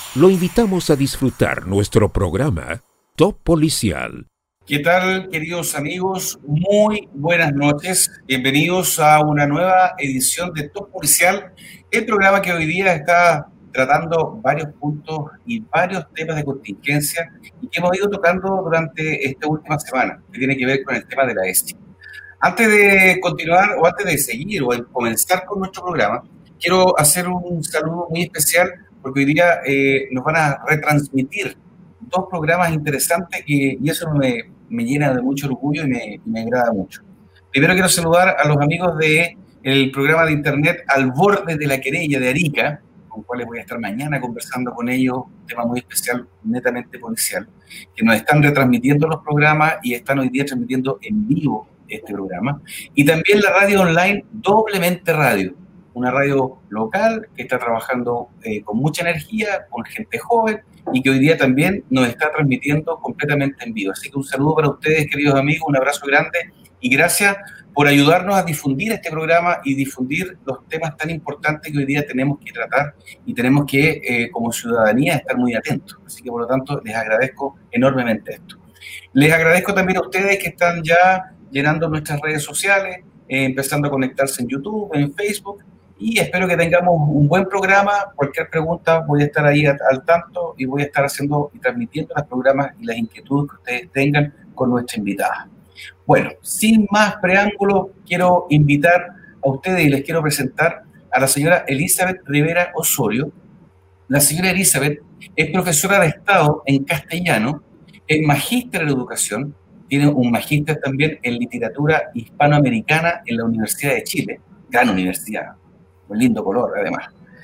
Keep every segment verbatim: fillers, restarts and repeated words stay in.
Lo invitamos a disfrutar nuestro programa Top Policial. ¿Qué tal, queridos amigos? Muy buenas noches. Bienvenidos a una nueva edición de Top Policial, el programa que hoy día está tratando varios puntos y varios temas de contingencia y que hemos ido tocando durante esta última semana, que tiene que ver con el tema de la E S I. Antes de continuar o antes de seguir o de comenzar con nuestro programa, quiero hacer un saludo muy especial porque hoy día eh, nos van a retransmitir dos programas interesantes que, y eso me, me llena de mucho orgullo y me, me agrada mucho. Primero quiero saludar a los amigos del programa de internet Al Borde de la Querella de Arica, con cuales voy a estar mañana conversando con ellos, un tema muy especial, netamente policial, que nos están retransmitiendo los programas y están hoy día transmitiendo en vivo este programa. Y también la radio online Doblemente Radio, una radio local que está trabajando eh, con mucha energía, con gente joven y que hoy día también nos está transmitiendo completamente en vivo. Así que un saludo para ustedes, queridos amigos, un abrazo grande y gracias por ayudarnos a difundir este programa y difundir los temas tan importantes que hoy día tenemos que tratar y tenemos que, eh, como ciudadanía, estar muy atentos. Así que, por lo tanto, les agradezco enormemente esto. Les agradezco también a ustedes que están ya llenando nuestras redes sociales, eh, empezando a conectarse en YouTube, en Facebook, y espero que tengamos un buen programa. Cualquier pregunta voy a estar ahí al, al tanto y voy a estar haciendo y transmitiendo los programas y las inquietudes que ustedes tengan con nuestra invitada. Bueno, sin más preámbulos, quiero invitar a ustedes y les quiero presentar a la señora Elizabeth Rivera Osorio. La señora Elizabeth es profesora de Estado en castellano, es magíster en educación, tiene un magíster también en literatura hispanoamericana en la Universidad de Chile, gran universidad, un lindo color además.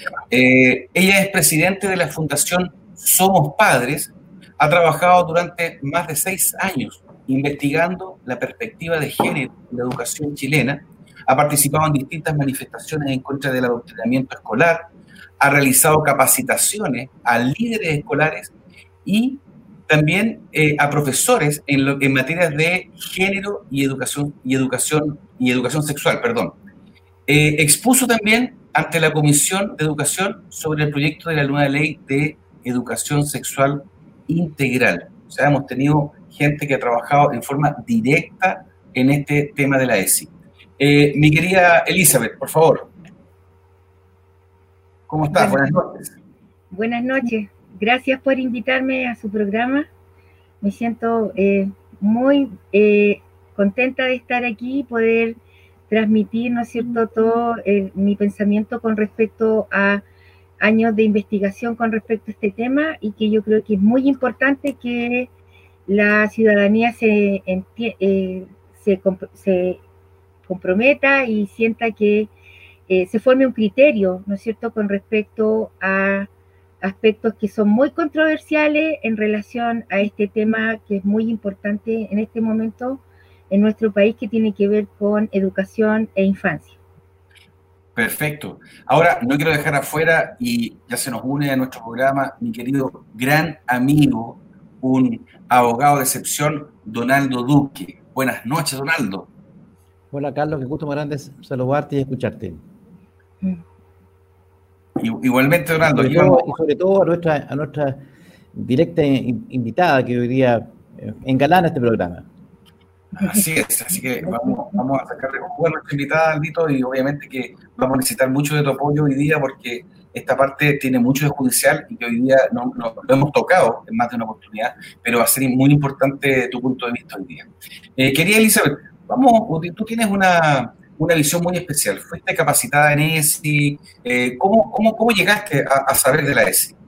Eh, ella es presidente de la Fundación Somos Padres, ha trabajado durante más de seis años investigando la perspectiva de género en la educación chilena, ha participado en distintas manifestaciones en contra del adoctrinamiento escolar, ha realizado capacitaciones a líderes escolares y también eh, a profesores en, lo, en materias de género y educación y educación y educación sexual, perdón. Eh, expuso también ante la Comisión de Educación sobre el proyecto de la nueva ley de educación sexual integral. O sea, hemos tenido gente que ha trabajado en forma directa en este tema de la E S I. Eh, mi querida Elizabeth, por favor. ¿Cómo estás? Buenas, Buenas noches. Buenas noches. Gracias por invitarme a su programa. Me siento eh, muy eh, contenta de estar aquí y poder transmitir, ¿no es cierto?, todo eh, mi pensamiento con respecto a años de investigación con respecto a este tema y que yo creo que es muy importante que la ciudadanía se, eh, se, se comprometa y sienta que eh, se forme un criterio, ¿no es cierto?, con respecto a aspectos que son muy controversiales en relación a este tema que es muy importante en este momento en nuestro país, que tiene que ver con educación e infancia. Perfecto. Ahora, no quiero dejar afuera, y ya se nos une a nuestro programa, mi querido gran amigo, un abogado de excepción, Donaldo Duque. Buenas noches, Donaldo. Hola, Carlos, qué gusto más grande saludarte y escucharte. Mm. Igualmente, Donaldo. Y sobre, todo, y sobre todo a nuestra, a nuestra directa invitada que hoy día engalana este programa. Así es, así que vamos, vamos a sacarle jugo a nuestra invitada, Aldito, y obviamente que vamos a necesitar mucho de tu apoyo hoy día porque esta parte tiene mucho de judicial y que hoy día no, no lo hemos tocado en más de una oportunidad, pero va a ser muy importante tu punto de vista hoy día. Eh, querida Elizabeth, vamos, tú tienes una, una visión muy especial, fuiste capacitada en E S I, eh, ¿cómo, cómo, ¿cómo llegaste a, a saber de la E S I?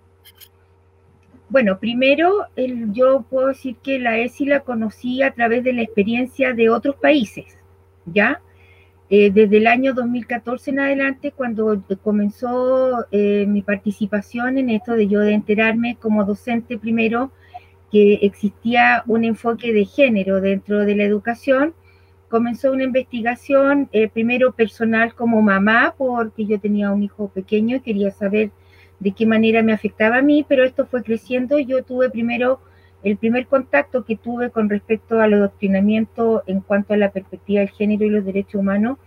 Bueno, primero el, yo puedo decir que la E S I la conocí a través de la experiencia de otros países, ¿ya? Eh, desde el año dos mil catorce en adelante, cuando comenzó eh, mi participación en esto de yo de enterarme como docente primero que existía un enfoque de género dentro de la educación, comenzó una investigación eh, primero personal como mamá, porque yo tenía un hijo pequeño y quería saber de qué manera me afectaba a mí, pero esto fue creciendo. Yo tuve primero, el primer contacto que tuve con respecto al adoctrinamiento en cuanto a la perspectiva del género y los derechos humanos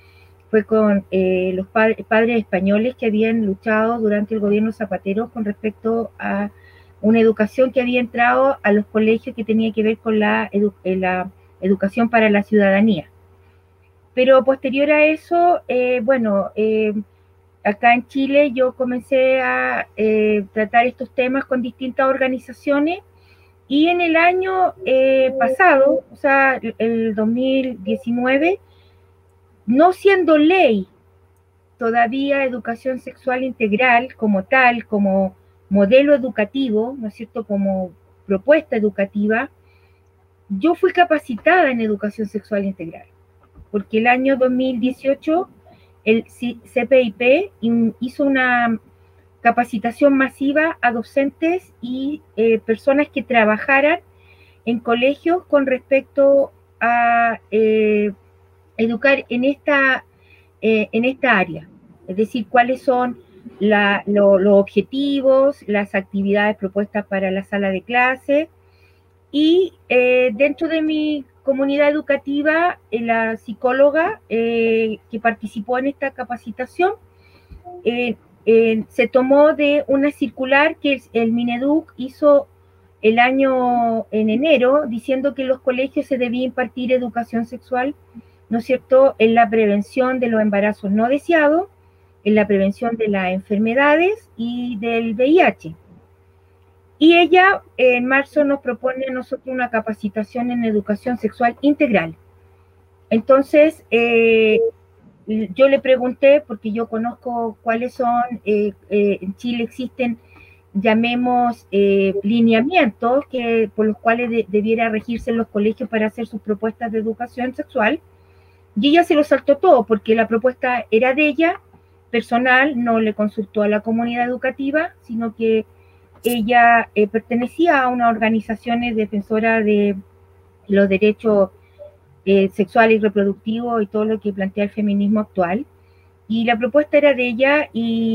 fue con eh, los padres, padres españoles que habían luchado durante el gobierno Zapatero con respecto a una educación que había entrado a los colegios que tenía que ver con la, edu la educación para la ciudadanía. Pero posterior a eso, eh, bueno, eh, acá en Chile yo comencé a eh, tratar estos temas con distintas organizaciones y en el año eh, pasado, o sea, el dos mil diecinueve, no siendo ley todavía educación sexual integral como tal, como modelo educativo, ¿no es cierto?, como propuesta educativa, yo fui capacitada en educación sexual integral, porque el año dos mil dieciocho el C P I P hizo una capacitación masiva a docentes y eh, personas que trabajaran en colegios con respecto a eh, educar en esta, eh, en esta área, es decir, cuáles son la, lo, los objetivos, las actividades propuestas para la sala de clase, y eh, dentro de mi comunidad educativa, eh, la psicóloga eh, que participó en esta capacitación eh, eh, se tomó de una circular que el, el Mineduc hizo el año en enero, diciendo que en los colegios se debía impartir educación sexual, ¿no es cierto?, en la prevención de los embarazos no deseados, en la prevención de las enfermedades y del V I H. Y ella en marzo nos propone a nosotros una capacitación en educación sexual integral. Entonces, eh, yo le pregunté, porque yo conozco cuáles son, eh, eh, en Chile existen, llamemos, eh, lineamientos que, por los cuales de, debiera regirse en los colegios para hacer sus propuestas de educación sexual, y ella se lo saltó todo, porque la propuesta era de ella, personal, no le consultó a la comunidad educativa, sino que ella eh, pertenecía a una organización defensora de los derechos eh, sexuales y reproductivos y todo lo que plantea el feminismo actual. Y la propuesta era de ella,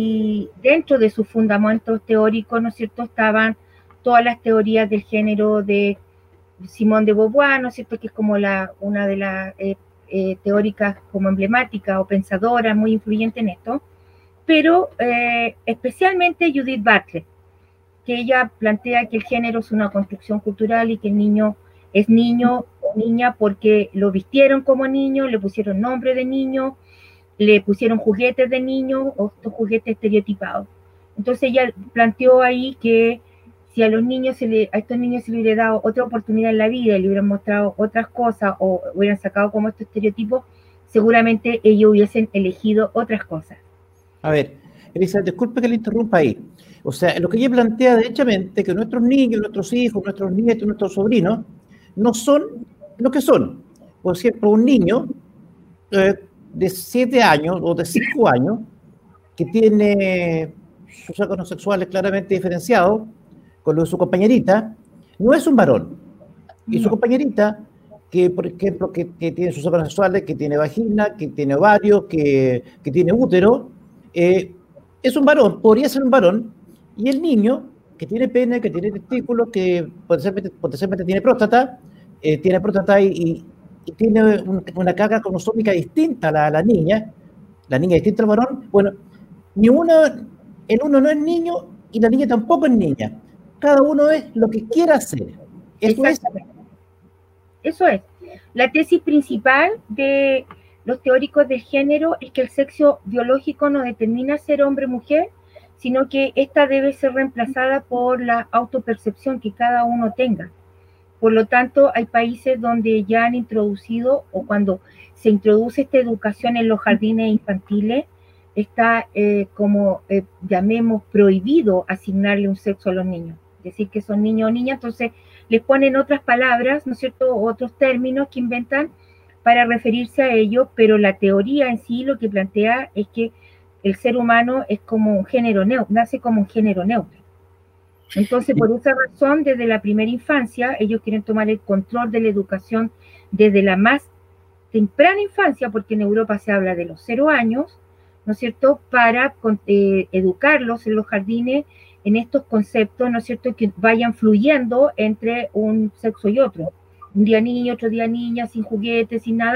y dentro de sus fundamentos teóricos, ¿no es cierto?, estaban todas las teorías del género de Simone de Beauvoir, ¿no es cierto?, que es como la, una de las eh, eh, teóricas como emblemáticas o pensadoras muy influyente en esto, pero eh, especialmente Judith Butler, que ella plantea que el género es una construcción cultural y que el niño es niño o niña porque lo vistieron como niño, le pusieron nombre de niño, le pusieron juguetes de niño o estos juguetes estereotipados. Entonces ella planteó ahí que si a los niños se le, a estos niños se les hubiera dado otra oportunidad en la vida y le hubieran mostrado otras cosas o hubieran sacado como estos estereotipos, seguramente ellos hubiesen elegido otras cosas. A ver, Elisa, disculpe que le interrumpa ahí. O sea, lo que ella plantea derechamente que nuestros niños, nuestros hijos, nuestros nietos, nuestros sobrinos no son lo que son. Por ejemplo, un niño eh, de siete años o de cinco años que tiene sus órganos sexuales claramente diferenciados con los de su compañerita, no es un varón. Y su compañerita, que por ejemplo, que, que tiene sus órganos sexuales, que tiene vagina, que tiene ovarios, que, que tiene útero, eh, es un varón, podría ser un varón, y el niño, que tiene pene, que tiene testículos, que potencialmente, potencialmente tiene próstata, eh, tiene próstata y, y, y tiene un, una carga cromosómica distinta a la, a la niña, la niña distinta al varón, bueno, ni uno, el uno no es niño y la niña tampoco es niña. Cada uno es lo que quiera hacer. Eso es. Eso es. La tesis principal de los teóricos del género es que el sexo biológico no determina ser hombre o mujer, sino que esta debe ser reemplazada por la autopercepción que cada uno tenga. Por lo tanto, hay países donde ya han introducido, o cuando se introduce esta educación en los jardines infantiles, está eh, como, eh, llamemos, prohibido asignarle un sexo a los niños. Decir que son niños o niñas, entonces les ponen otras palabras, ¿no es cierto?, otros términos que inventan para referirse a ello, pero la teoría en sí lo que plantea es que el ser humano es como un género neutro, nace como un género neutro. Entonces, por esa razón, desde la primera infancia, ellos quieren tomar el control de la educación desde la más temprana infancia, porque en Europa se habla de los cero años, ¿no es cierto?, para eh, educarlos en los jardines en estos conceptos, ¿no es cierto?, que vayan fluyendo entre un sexo y otro. Un día niño, otro día niña, sin juguetes, sin nada,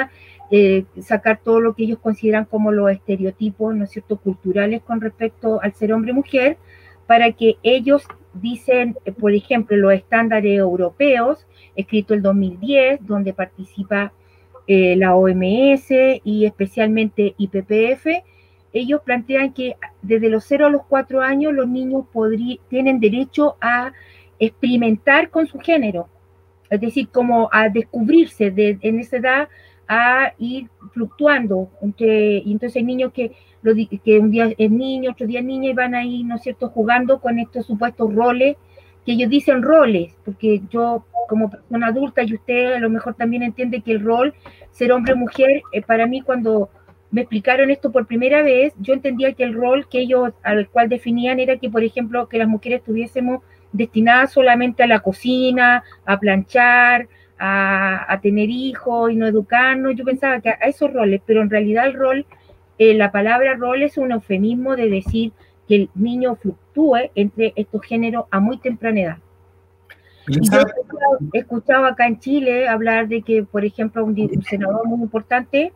eh, sacar todo lo que ellos consideran como los estereotipos, ¿no es cierto?, culturales con respecto al ser hombre-mujer, para que ellos dicen, por ejemplo, los estándares europeos, escrito el dos mil diez, donde participa eh, la O M S y especialmente I P P F, ellos plantean que desde los cero a los cuatro años los niños podrí, tienen derecho a experimentar con su género, es decir, como a descubrirse de, en esa edad, a ir fluctuando entre, y entonces hay niños que, lo, que un día es niño, otro día es niña, y van ahí, ¿no es cierto?, jugando con estos supuestos roles, que ellos dicen roles, porque yo como persona adulta, y usted a lo mejor también entiende que el rol, ser hombre o mujer, eh, para mí cuando me explicaron esto por primera vez, yo entendía que el rol que ellos, al cual definían, era que, por ejemplo, que las mujeres estuviésemos destinadas solamente a la cocina, a planchar, a, a tener hijos y no educarnos. Yo pensaba que a esos roles, pero en realidad el rol, eh, la palabra rol es un eufemismo de decir que el niño fluctúe entre estos géneros a muy temprana edad. Y yo he escuchado, he escuchado acá en Chile hablar de que, por ejemplo, un, un senador muy importante,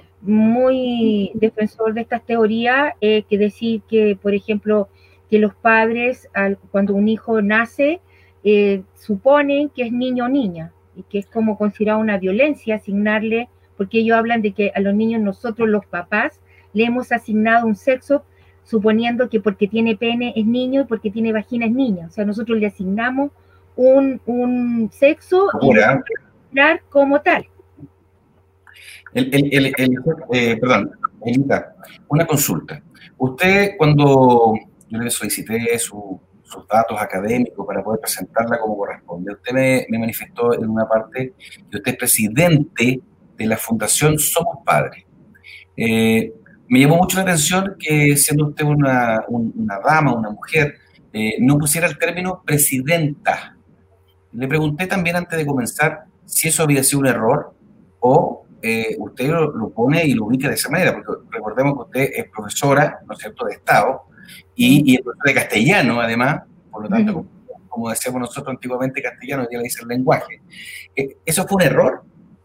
muy defensor de estas teorías, eh, que decir que, por ejemplo, que los padres, al, cuando un hijo nace, eh, suponen que es niño o niña, y que es como considerado una violencia asignarle, porque ellos hablan de que a los niños nosotros los papás le hemos asignado un sexo suponiendo que porque tiene pene es niño y porque tiene vagina es niña. O sea, nosotros le asignamos un, un sexo y lo vamos a hablar como tal. El, el, el, el, eh, perdón, Elita, una consulta. Usted, cuando yo le solicité su, sus datos académicos para poder presentarla como corresponde, usted me, me manifestó en una parte que usted es presidente de la Fundación Somos Padres. Eh, me llamó mucho la atención que, siendo usted una, un, una dama, una mujer, eh, no pusiera el término presidenta. Le pregunté también antes de comenzar si eso había sido un error o eh, usted lo, lo pone y lo ubica de esa manera, porque recordemos que usted es profesora, ¿no es cierto?, de Estado y, y es profesora de castellano, además, por lo tanto, uh-huh. como, como decíamos nosotros antiguamente, castellano ya le dice el lenguaje. ¿Eso fue un error?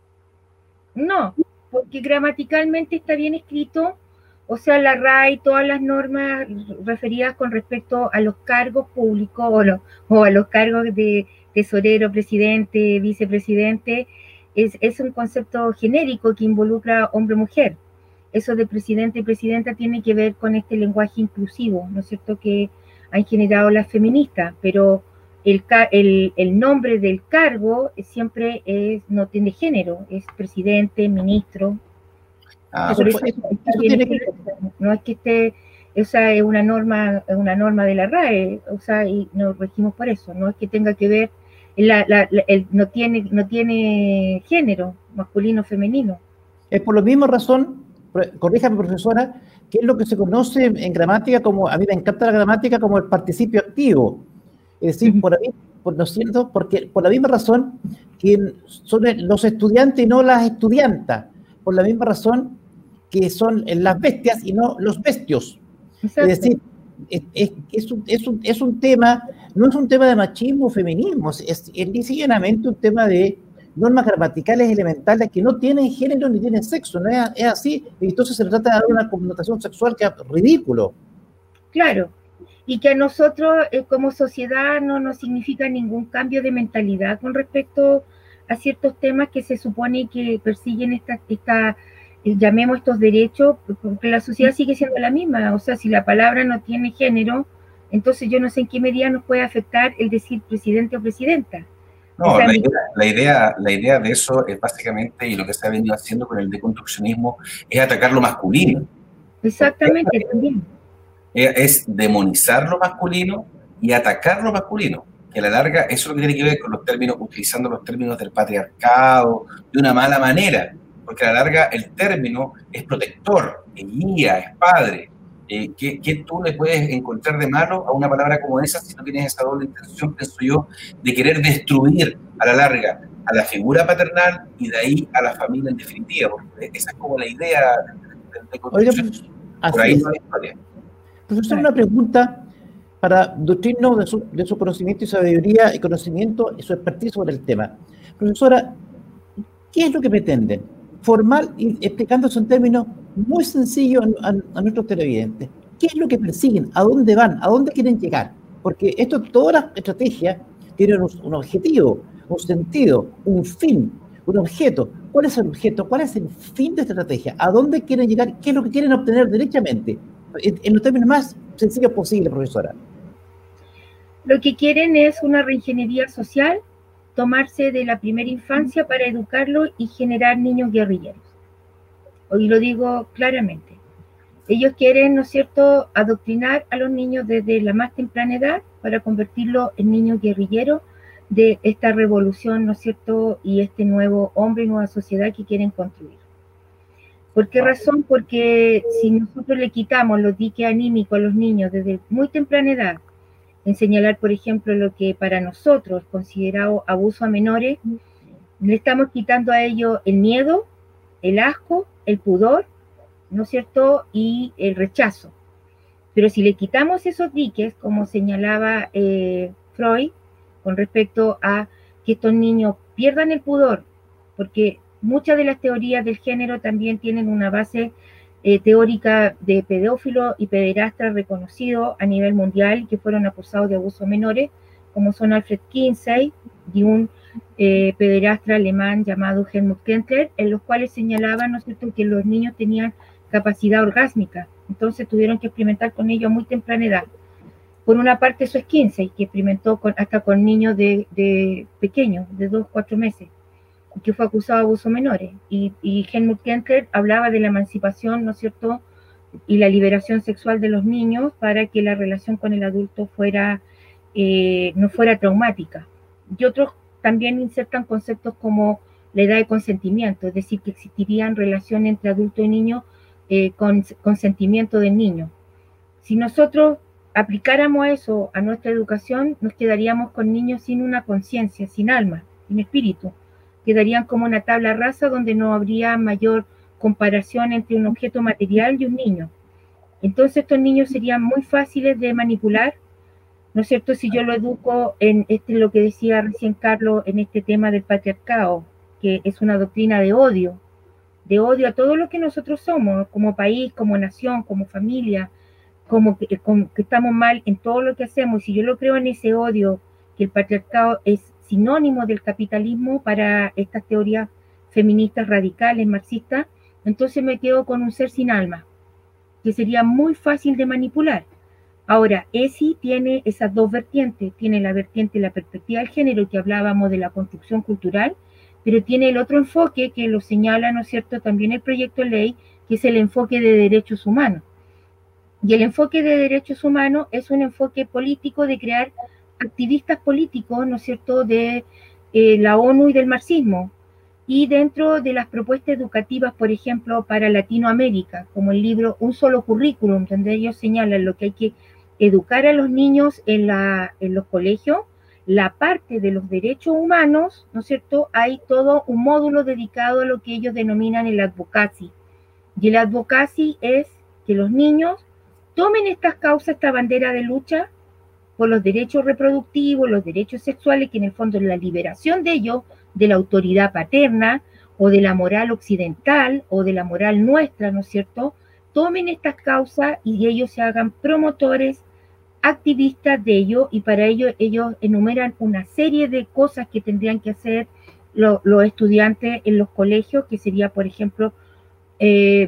No, porque gramaticalmente está bien escrito. O sea, la R A E y todas las normas referidas con respecto a los cargos públicos o, lo, o a los cargos de tesorero, presidente, vicepresidente, es, es un concepto genérico que involucra hombre-mujer. Eso de presidente y presidenta tiene que ver con este lenguaje inclusivo, ¿no es cierto?, que han generado las feministas, pero el, el, el nombre del cargo siempre es, no tiene género, es presidente, ministro. Ah, por eso, eso, eso tiene que, no es que esté, o sea, es una norma, es una norma de la R A E, o sea, y nos regimos por eso, no es que tenga que ver, la, la, la, el, no tiene, no tiene género, masculino, femenino. Es por la misma razón, corríjame profesora, que es lo que se conoce en gramática como, a mí me encanta la gramática como el participio activo, es decir, uh-huh. por ahí, por, ¿no siento? Porque por la misma razón que son los estudiantes y no las estudiantas, por la misma razón que son las bestias y no los bestios. Exacto. Es decir, es, es, es, un, es, un, es un tema, no es un tema de machismo o feminismo, es, es, es sencillamente un tema de normas gramaticales elementales que no tienen género ni tienen sexo, no es, es así, y entonces se trata de dar una connotación sexual que es ridículo. Claro, y que a nosotros eh, como sociedad no nos significa ningún cambio de mentalidad con respecto a ciertos temas que se supone que persiguen esta, esta llamemos estos derechos, porque la sociedad sigue siendo la misma. O sea, si la palabra no tiene género, entonces yo no sé en qué medida nos puede afectar el decir presidente o presidenta. No, o sea, la, mi... idea, la, idea, la idea de eso es básicamente, y lo que se ha venido haciendo con el deconstruccionismo, es atacar lo masculino. Exactamente, es, también. Es demonizar lo masculino y atacar lo masculino. Que a la larga, eso es lo que tiene que ver con los términos, utilizando los términos del patriarcado de una mala manera, porque a la larga el término es protector, es guía, es padre. Eh, ¿qué, ¿Qué tú le puedes encontrar de malo a una palabra como esa si no tienes esa doble intención, pienso yo, de querer destruir a la larga a la figura paternal y de ahí a la familia en definitiva? Porque esa es como la idea de, de, de construcción. Oiga, por ahí es. No hay historia. Profesor, una pregunta para nutrirnos de su, de su conocimiento y sabiduría y conocimiento y su expertise sobre el tema. Profesora, ¿qué es lo que pretenden? formal y explicándose en términos muy sencillos a, a, a nuestros televidentes. ¿Qué es lo que persiguen? ¿A dónde van? ¿A dónde quieren llegar? Porque esto, todas las estrategias tienen un, un objetivo, un sentido, un fin, un objeto. ¿Cuál es el objeto? ¿Cuál es el fin de esta estrategia? ¿A dónde quieren llegar? ¿Qué es lo que quieren obtener derechamente? En, en los términos más sencillos posibles, profesora. Lo que quieren es una reingeniería social, tomarse de la primera infancia para educarlo y generar niños guerrilleros. Hoy lo digo claramente. Ellos quieren, ¿no es cierto?, adoctrinar a los niños desde la más temprana edad para convertirlos en niños guerrilleros de esta revolución, ¿no es cierto?, y este nuevo hombre y nueva sociedad que quieren construir. ¿Por qué razón? Porque si nosotros le quitamos los diques anímicos a los niños desde muy temprana edad, en señalar, por ejemplo, lo que para nosotros es considerado abuso a menores, le estamos quitando a ellos el miedo, el asco, el pudor, ¿no es cierto?, y el rechazo. Pero si le quitamos esos diques, como señalaba eh, Freud, con respecto a que estos niños pierdan el pudor, porque muchas de las teorías del género también tienen una base eh, teórica de pedófilos y pederastas reconocidos a nivel mundial que fueron acusados de abuso a menores, como son Alfred Kinsey y un eh, pederastra alemán llamado Helmut Kentler, en los cuales señalaban, ¿no es cierto?, que los niños tenían capacidad orgásmica, entonces tuvieron que experimentar con ellos a muy temprana edad. Por una parte eso es Kinsey, que experimentó con, hasta con niños de, de pequeños, de dos, cuatro meses, que fue acusado de abuso menores, y, y Helmut Kentler hablaba de la emancipación, ¿no es cierto?, y la liberación sexual de los niños para que la relación con el adulto fuera, eh, no fuera traumática. Y otros también insertan conceptos como la edad de consentimiento, es decir, que existirían relaciones entre adulto y niño eh, con consentimiento del niño. Si nosotros aplicáramos eso a nuestra educación, nos quedaríamos con niños sin una conciencia, sin alma, sin espíritu. Quedarían como una tabla rasa donde no habría mayor comparación entre un objeto material y un niño. Entonces estos niños serían muy fáciles de manipular, ¿no es cierto? Si yo lo educo en este, lo que decía recién Carlos, en este tema del patriarcado, que es una doctrina de odio, de odio a todo lo que nosotros somos, como país, como nación, como familia, como que, como que estamos mal en todo lo que hacemos. Si yo lo creo en ese odio, que el patriarcado es sinónimo del capitalismo para estas teorías feministas radicales, marxistas, entonces me quedo con un ser sin alma, que sería muy fácil de manipular. Ahora, E S I tiene esas dos vertientes, tiene la vertiente de la perspectiva del género, que hablábamos de la construcción cultural, pero tiene el otro enfoque que lo señala, ¿no es cierto?, también el proyecto de ley, que es el enfoque de derechos humanos. Y el enfoque de derechos humanos es un enfoque político de crear activistas políticos, ¿no es cierto?, de eh, la ONU y del marxismo. Y dentro de las propuestas educativas, por ejemplo, para Latinoamérica, como el libro Un Solo Currículum, donde ellos señalan lo que hay que educar a los niños en, la, en los colegios, la parte de los derechos humanos, ¿no es cierto?, hay todo un módulo dedicado a lo que ellos denominan el advocacy. Y el advocacy es que los niños tomen estas causas, esta bandera de lucha por los derechos reproductivos, los derechos sexuales, que en el fondo es la liberación de ellos, de la autoridad paterna, o de la moral occidental, o de la moral nuestra, ¿no es cierto? Tomen estas causas y ellos se hagan promotores, activistas de ello, y para ello ellos enumeran una serie de cosas que tendrían que hacer lo, los estudiantes en los colegios, que sería, por ejemplo, eh,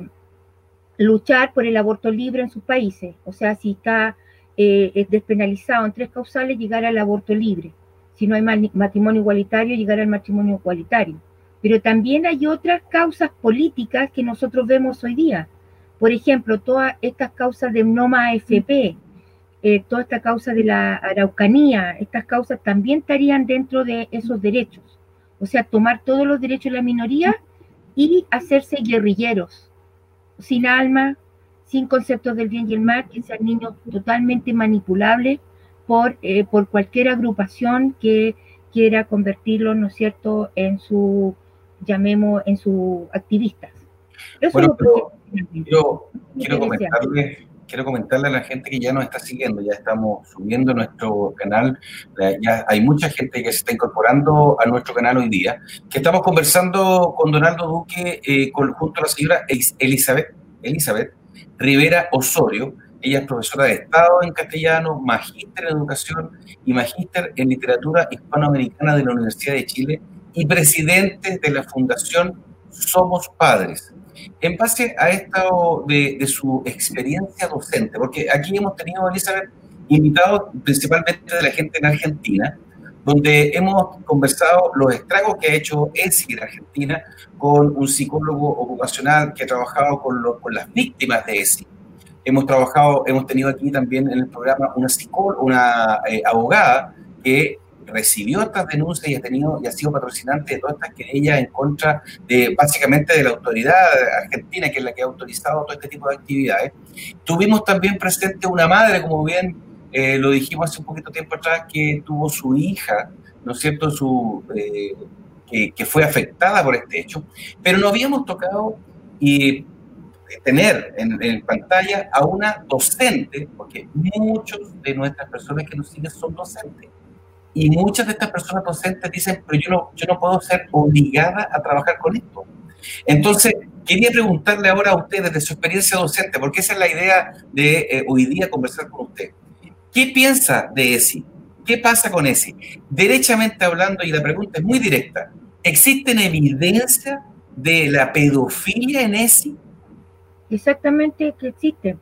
luchar por el aborto libre en sus países. O sea, si está eh, despenalizado en tres causales, llegar al aborto libre. Si no hay matrimonio igualitario, llegar al matrimonio igualitario. Pero también hay otras causas políticas que nosotros vemos hoy día. Por ejemplo, todas estas causas de Noma A F P, eh, toda esta causa de la Araucanía, estas causas también estarían dentro de esos derechos. O sea, tomar todos los derechos de la minoría y hacerse guerrilleros, sin alma, sin conceptos del bien y el mal, que sean niños totalmente manipulables por, eh, por cualquier agrupación que quiera convertirlos, ¿no es cierto?, en su, llamemos, en sus activistas. Eso bueno, es lo que quiero, quiero comentarles quiero comentarle a la gente que ya nos está siguiendo, ya estamos subiendo nuestro canal, ya hay mucha gente que se está incorporando a nuestro canal hoy día, que estamos conversando con Donaldo Duque, eh, con, junto a la señora Elizabeth, Elizabeth Rivera Osorio. Ella es profesora de Estado en castellano, magíster en educación y magíster en literatura hispanoamericana de la Universidad de Chile y presidente de la Fundación Somos Padres. En base a esto de, de su experiencia docente, porque aquí hemos tenido, Elizabeth, invitados principalmente de la gente en Argentina, donde hemos conversado los estragos que ha hecho ESI en Argentina con un psicólogo ocupacional que ha trabajado con, lo, con las víctimas de ESI. Hemos trabajado, hemos tenido aquí también en el programa una psicóloga, una eh, abogada que recibió estas denuncias y ha tenido y ha sido patrocinante de todas estas querellas en contra de básicamente de la autoridad argentina, que es la que ha autorizado todo este tipo de actividades. Tuvimos también presente una madre, como bien eh, lo dijimos hace un poquito tiempo atrás, que tuvo su hija, ¿no es cierto?, su, eh, que, que fue afectada por este hecho, pero no habíamos tocado y tener en, en pantalla a una docente, porque muchos de nuestras personas que nos siguen son docentes. Y muchas de estas personas docentes dicen, pero yo no, yo no puedo ser obligada a trabajar con esto. Entonces, quería preguntarle ahora a usted, desde su experiencia docente, porque esa es la idea de eh, hoy día conversar con usted. ¿Qué piensa de ESI? ¿Qué pasa con ESI? Derechamente hablando, y la pregunta es muy directa, ¿existen evidencias de la pedofilia en ESI? Exactamente, que existe.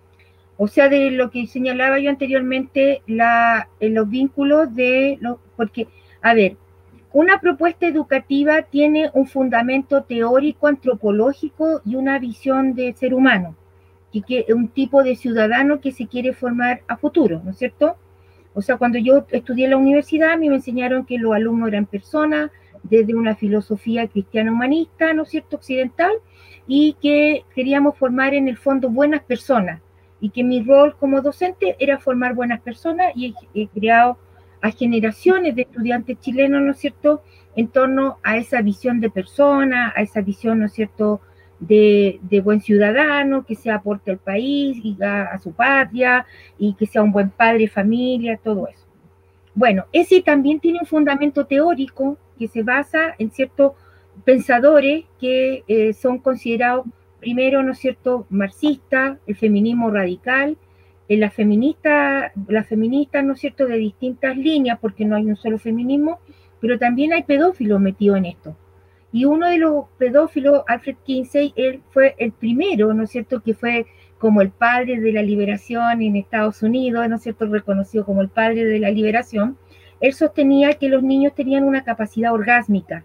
O sea, de lo que señalaba yo anteriormente, la, los vínculos de los, porque, a ver, una propuesta educativa tiene un fundamento teórico, antropológico y una visión de ser humano, y que un tipo de ciudadano que se quiere formar a futuro, ¿no es cierto? O sea, cuando yo estudié en la universidad, a mí me enseñaron que los alumnos eran personas desde una filosofía cristiana humanista, ¿no es cierto?, occidental, y que queríamos formar en el fondo buenas personas, y que mi rol como docente era formar buenas personas, y he, he creado a generaciones de estudiantes chilenos, ¿no es cierto?, en torno a esa visión de persona, a esa visión, ¿no es cierto?, de, de buen ciudadano, que se aporte al país y a, a su patria, y que sea un buen padre, familia, todo eso. Bueno, ese también tiene un fundamento teórico que se basa en ciertos pensadores que eh, son considerados primero, ¿no es cierto?, marxista, el feminismo radical, eh, la feminista, la feminista, ¿no es cierto?, de distintas líneas, porque no hay un solo feminismo, pero también hay pedófilos metidos en esto. Y uno de los pedófilos, Alfred Kinsey, él fue el primero, ¿no es cierto?, que fue como el padre de la liberación en Estados Unidos, ¿no es cierto?, reconocido como el padre de la liberación. Él sostenía que los niños tenían una capacidad orgásmica.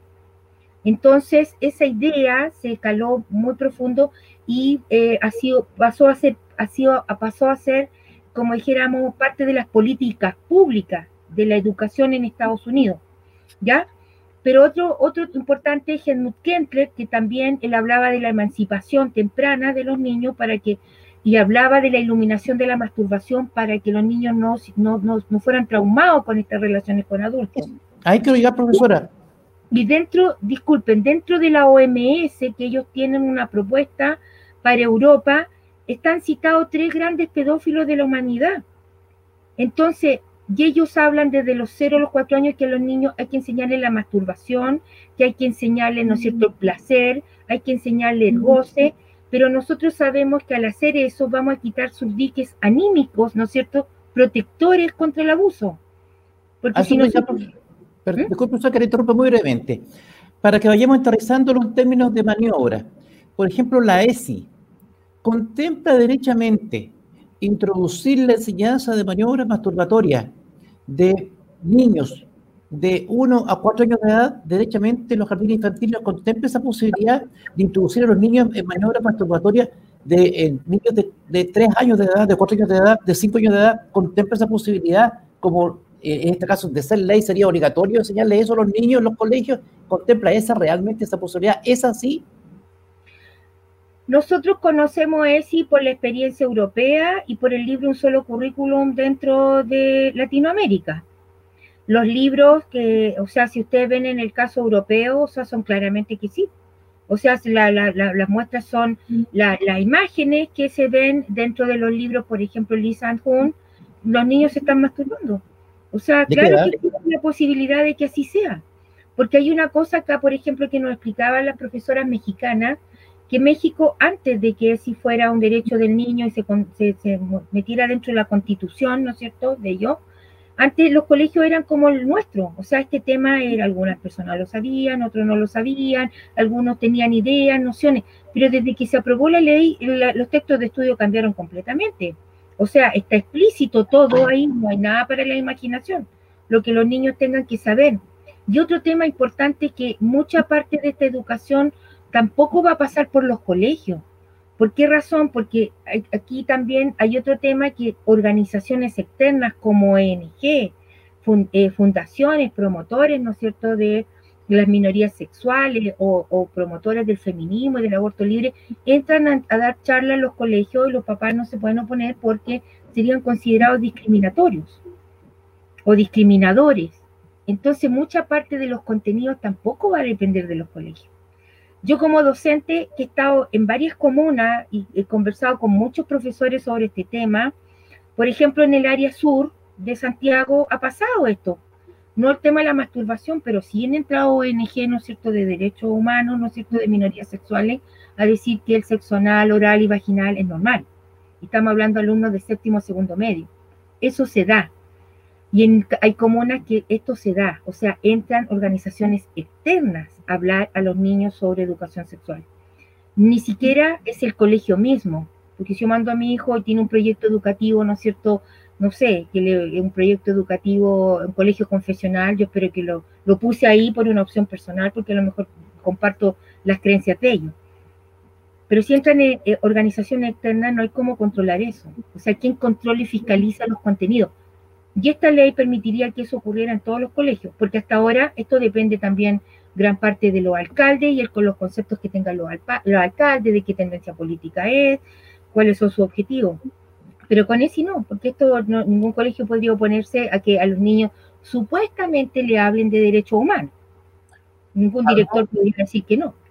Entonces, esa idea se caló muy profundo y eh, ha sido, pasó, a ser, ha sido, pasó a ser, como dijéramos, parte de las políticas públicas de la educación en Estados Unidos, ¿ya? Pero otro, otro importante es Helmut Kentler, que también él hablaba de la emancipación temprana de los niños para que, y hablaba de la iluminación de la masturbación para que los niños no, no, no, no fueran traumados con estas relaciones con adultos. Ahí quiero llegar, profesora. Y dentro, disculpen, dentro de la O M S, que ellos tienen una propuesta para Europa, están citados tres grandes pedófilos de la humanidad. Entonces, y ellos hablan desde los cero a los cuatro años que a los niños hay que enseñarles la masturbación, que hay que enseñarles, ¿no es cierto?, el placer, hay que enseñarles el goce, pero nosotros sabemos que al hacer eso vamos a quitar sus diques anímicos, ¿no es cierto?, protectores contra el abuso. Porque Así si nosotros... ya, pero, ¿Mm? Disculpe, usted que le interrumpa muy brevemente, para que vayamos aterrizando los términos de maniobra. Por ejemplo, la ESI contempla derechamente introducir la enseñanza de maniobras masturbatorias de niños de uno a cuatro años de edad. Derechamente los jardines infantiles contemplan esa posibilidad de introducir a los niños en maniobras masturbatorias de eh, niños de, de tres años de edad, de cuatro años de edad, de cinco años de edad. Contempla esa posibilidad, como eh, en este caso de ser ley sería obligatorio enseñarle eso a los niños en los colegios. ¿Contempla esa realmente esa posibilidad? ¿Es así? Nosotros conocemos ESI por la experiencia europea y por el libro Un Solo Currículum dentro de Latinoamérica. Los libros que, o sea, si ustedes ven en el caso europeo, o sea, son claramente que sí. O sea, la, la, la, las muestras son las la imágenes que se ven dentro de los libros, por ejemplo, Lisa and Hun, los niños se están masturbando. O sea, claro que existe la posibilidad de que así sea. Porque hay una cosa acá, por ejemplo, que nos explicaban las profesoras mexicanas, que México, antes de que si fuera un derecho del niño y se, se, se metiera dentro de la Constitución, ¿no es cierto?, de ello, antes los colegios eran como el nuestro, o sea, este tema era, algunas personas lo sabían, otros no lo sabían, algunos tenían ideas, nociones, pero desde que se aprobó la ley, la, los textos de estudio cambiaron completamente. O sea, está explícito todo ahí, no hay nada para la imaginación, lo que los niños tengan que saber. Y otro tema importante, que mucha parte de esta educación tampoco va a pasar por los colegios. ¿Por qué razón? Porque hay, aquí también hay otro tema, que organizaciones externas como O N G, fund, eh, fundaciones, promotores, ¿no es cierto?, de, de las minorías sexuales o, o promotores del feminismo y del aborto libre, entran a, a dar charlas en los colegios y los papás no se pueden oponer porque serían considerados discriminatorios o discriminadores. Entonces, mucha parte de los contenidos tampoco va a depender de los colegios. Yo como docente, que he estado en varias comunas y he conversado con muchos profesores sobre este tema, por ejemplo, en el área sur de Santiago ha pasado esto. No el tema de la masturbación, pero sí han entrado O N G, ¿no es cierto?, de derechos humanos, ¿no es cierto?, de minorías sexuales, a decir que el sexo anal, oral y vaginal es normal. Y estamos hablando de alumnos de séptimo, segundo medio. Eso se da. Y en, hay comunas que esto se da, o sea, entran organizaciones externas a hablar a los niños sobre educación sexual. Ni siquiera es el colegio mismo, porque si yo mando a mi hijo y tiene un proyecto educativo, ¿no es cierto?, no sé, que le, un proyecto educativo, un colegio confesional, yo espero que lo, lo puse ahí por una opción personal, porque a lo mejor comparto las creencias de ellos. Pero si entran en eh, organizaciones externas, no hay cómo controlar eso. O sea, ¿quién controla y fiscaliza los contenidos? Y esta ley permitiría que eso ocurriera en todos los colegios, porque hasta ahora esto depende también gran parte de los alcaldes y el, con los conceptos que tengan los, los alcaldes, de qué tendencia política es, cuáles son sus objetivos. Pero con ese no, porque esto no, ningún colegio podría oponerse a que a los niños supuestamente le hablen de derechos humanos. Ningún director Aldo, podría decir que no.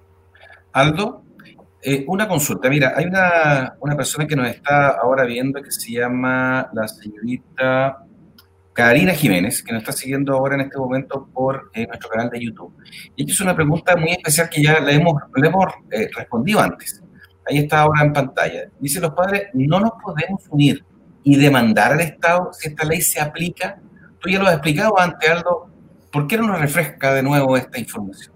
Aldo, eh, una consulta. Mira, hay una, una persona que nos está ahora viendo que se llama la señorita Karina Jiménez, que nos está siguiendo ahora en este momento por eh, nuestro canal de YouTube. Y esta es una pregunta muy especial que ya le hemos, le hemos eh, respondido antes. Ahí está ahora en pantalla. Dice: los padres no nos podemos unir y demandar al Estado si esta ley se aplica. Tú ya lo has explicado antes, Aldo. ¿Por qué no nos refresca de nuevo esta información?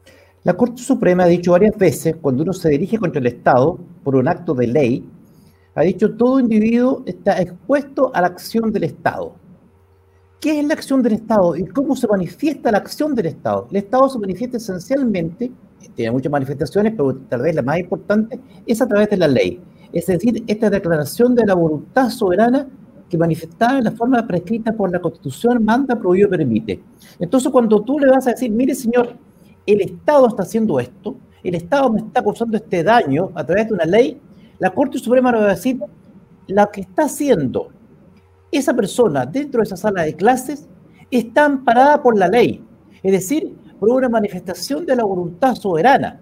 La Corte Suprema ha dicho varias veces, cuando uno se dirige contra el Estado por un acto de ley, ha dicho: todo individuo está expuesto a la acción del Estado. ¿Qué es la acción del Estado y cómo se manifiesta la acción del Estado? El Estado se manifiesta esencialmente, tiene muchas manifestaciones, pero tal vez la más importante es a través de la ley. Es decir, esta declaración de la voluntad soberana que manifestada en la forma prescrita por la Constitución manda, prohíbe, permite. Entonces, cuando tú le vas a decir: mire, señor, el Estado está haciendo esto, el Estado me está causando este daño a través de una ley, la Corte Suprema le va a decir: la que está haciendo esa persona dentro de esa sala de clases está amparada por la ley, es decir, por una manifestación de la voluntad soberana.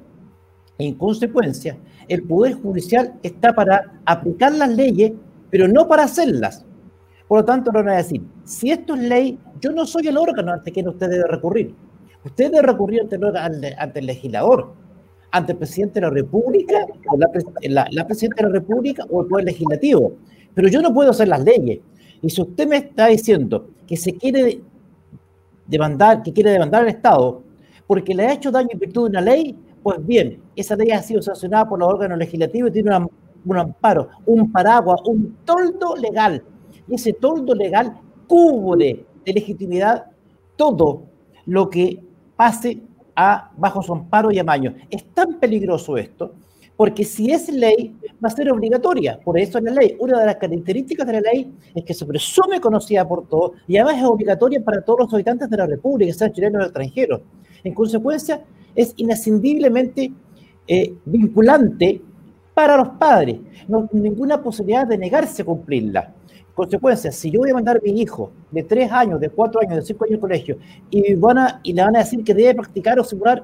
En consecuencia, el Poder Judicial está para aplicar las leyes, pero no para hacerlas. Por lo tanto, no van a decir: si esto es ley, yo no soy el órgano ante quien usted debe recurrir. Usted debe recurrir ante el, ante el legislador, ante el presidente de la República, o la, la, la presidenta de la República o el Poder Legislativo. Pero yo no puedo hacer las leyes. Y si usted me está diciendo que se quiere demandar, que quiere demandar al Estado porque le ha hecho daño en virtud de una ley, pues bien, esa ley ha sido sancionada por los órganos legislativos y tiene una, un amparo, un paraguas, un toldo legal. Y ese toldo legal cubre de legitimidad todo lo que pase a, bajo su amparo y amaño. Es tan peligroso esto, porque si es ley, va a ser obligatoria. Por eso es la ley. Una de las características de la ley es que se presume conocida por todos y además es obligatoria para todos los habitantes de la República, sean chilenos o extranjeros. En consecuencia, es inescindiblemente eh, vinculante para los padres. No hay ninguna posibilidad de negarse a cumplirla. En consecuencia, si yo voy a mandar a mi hijo de tres años, de cuatro años, de cinco años al colegio y, van a, y le van a decir que debe practicar o simular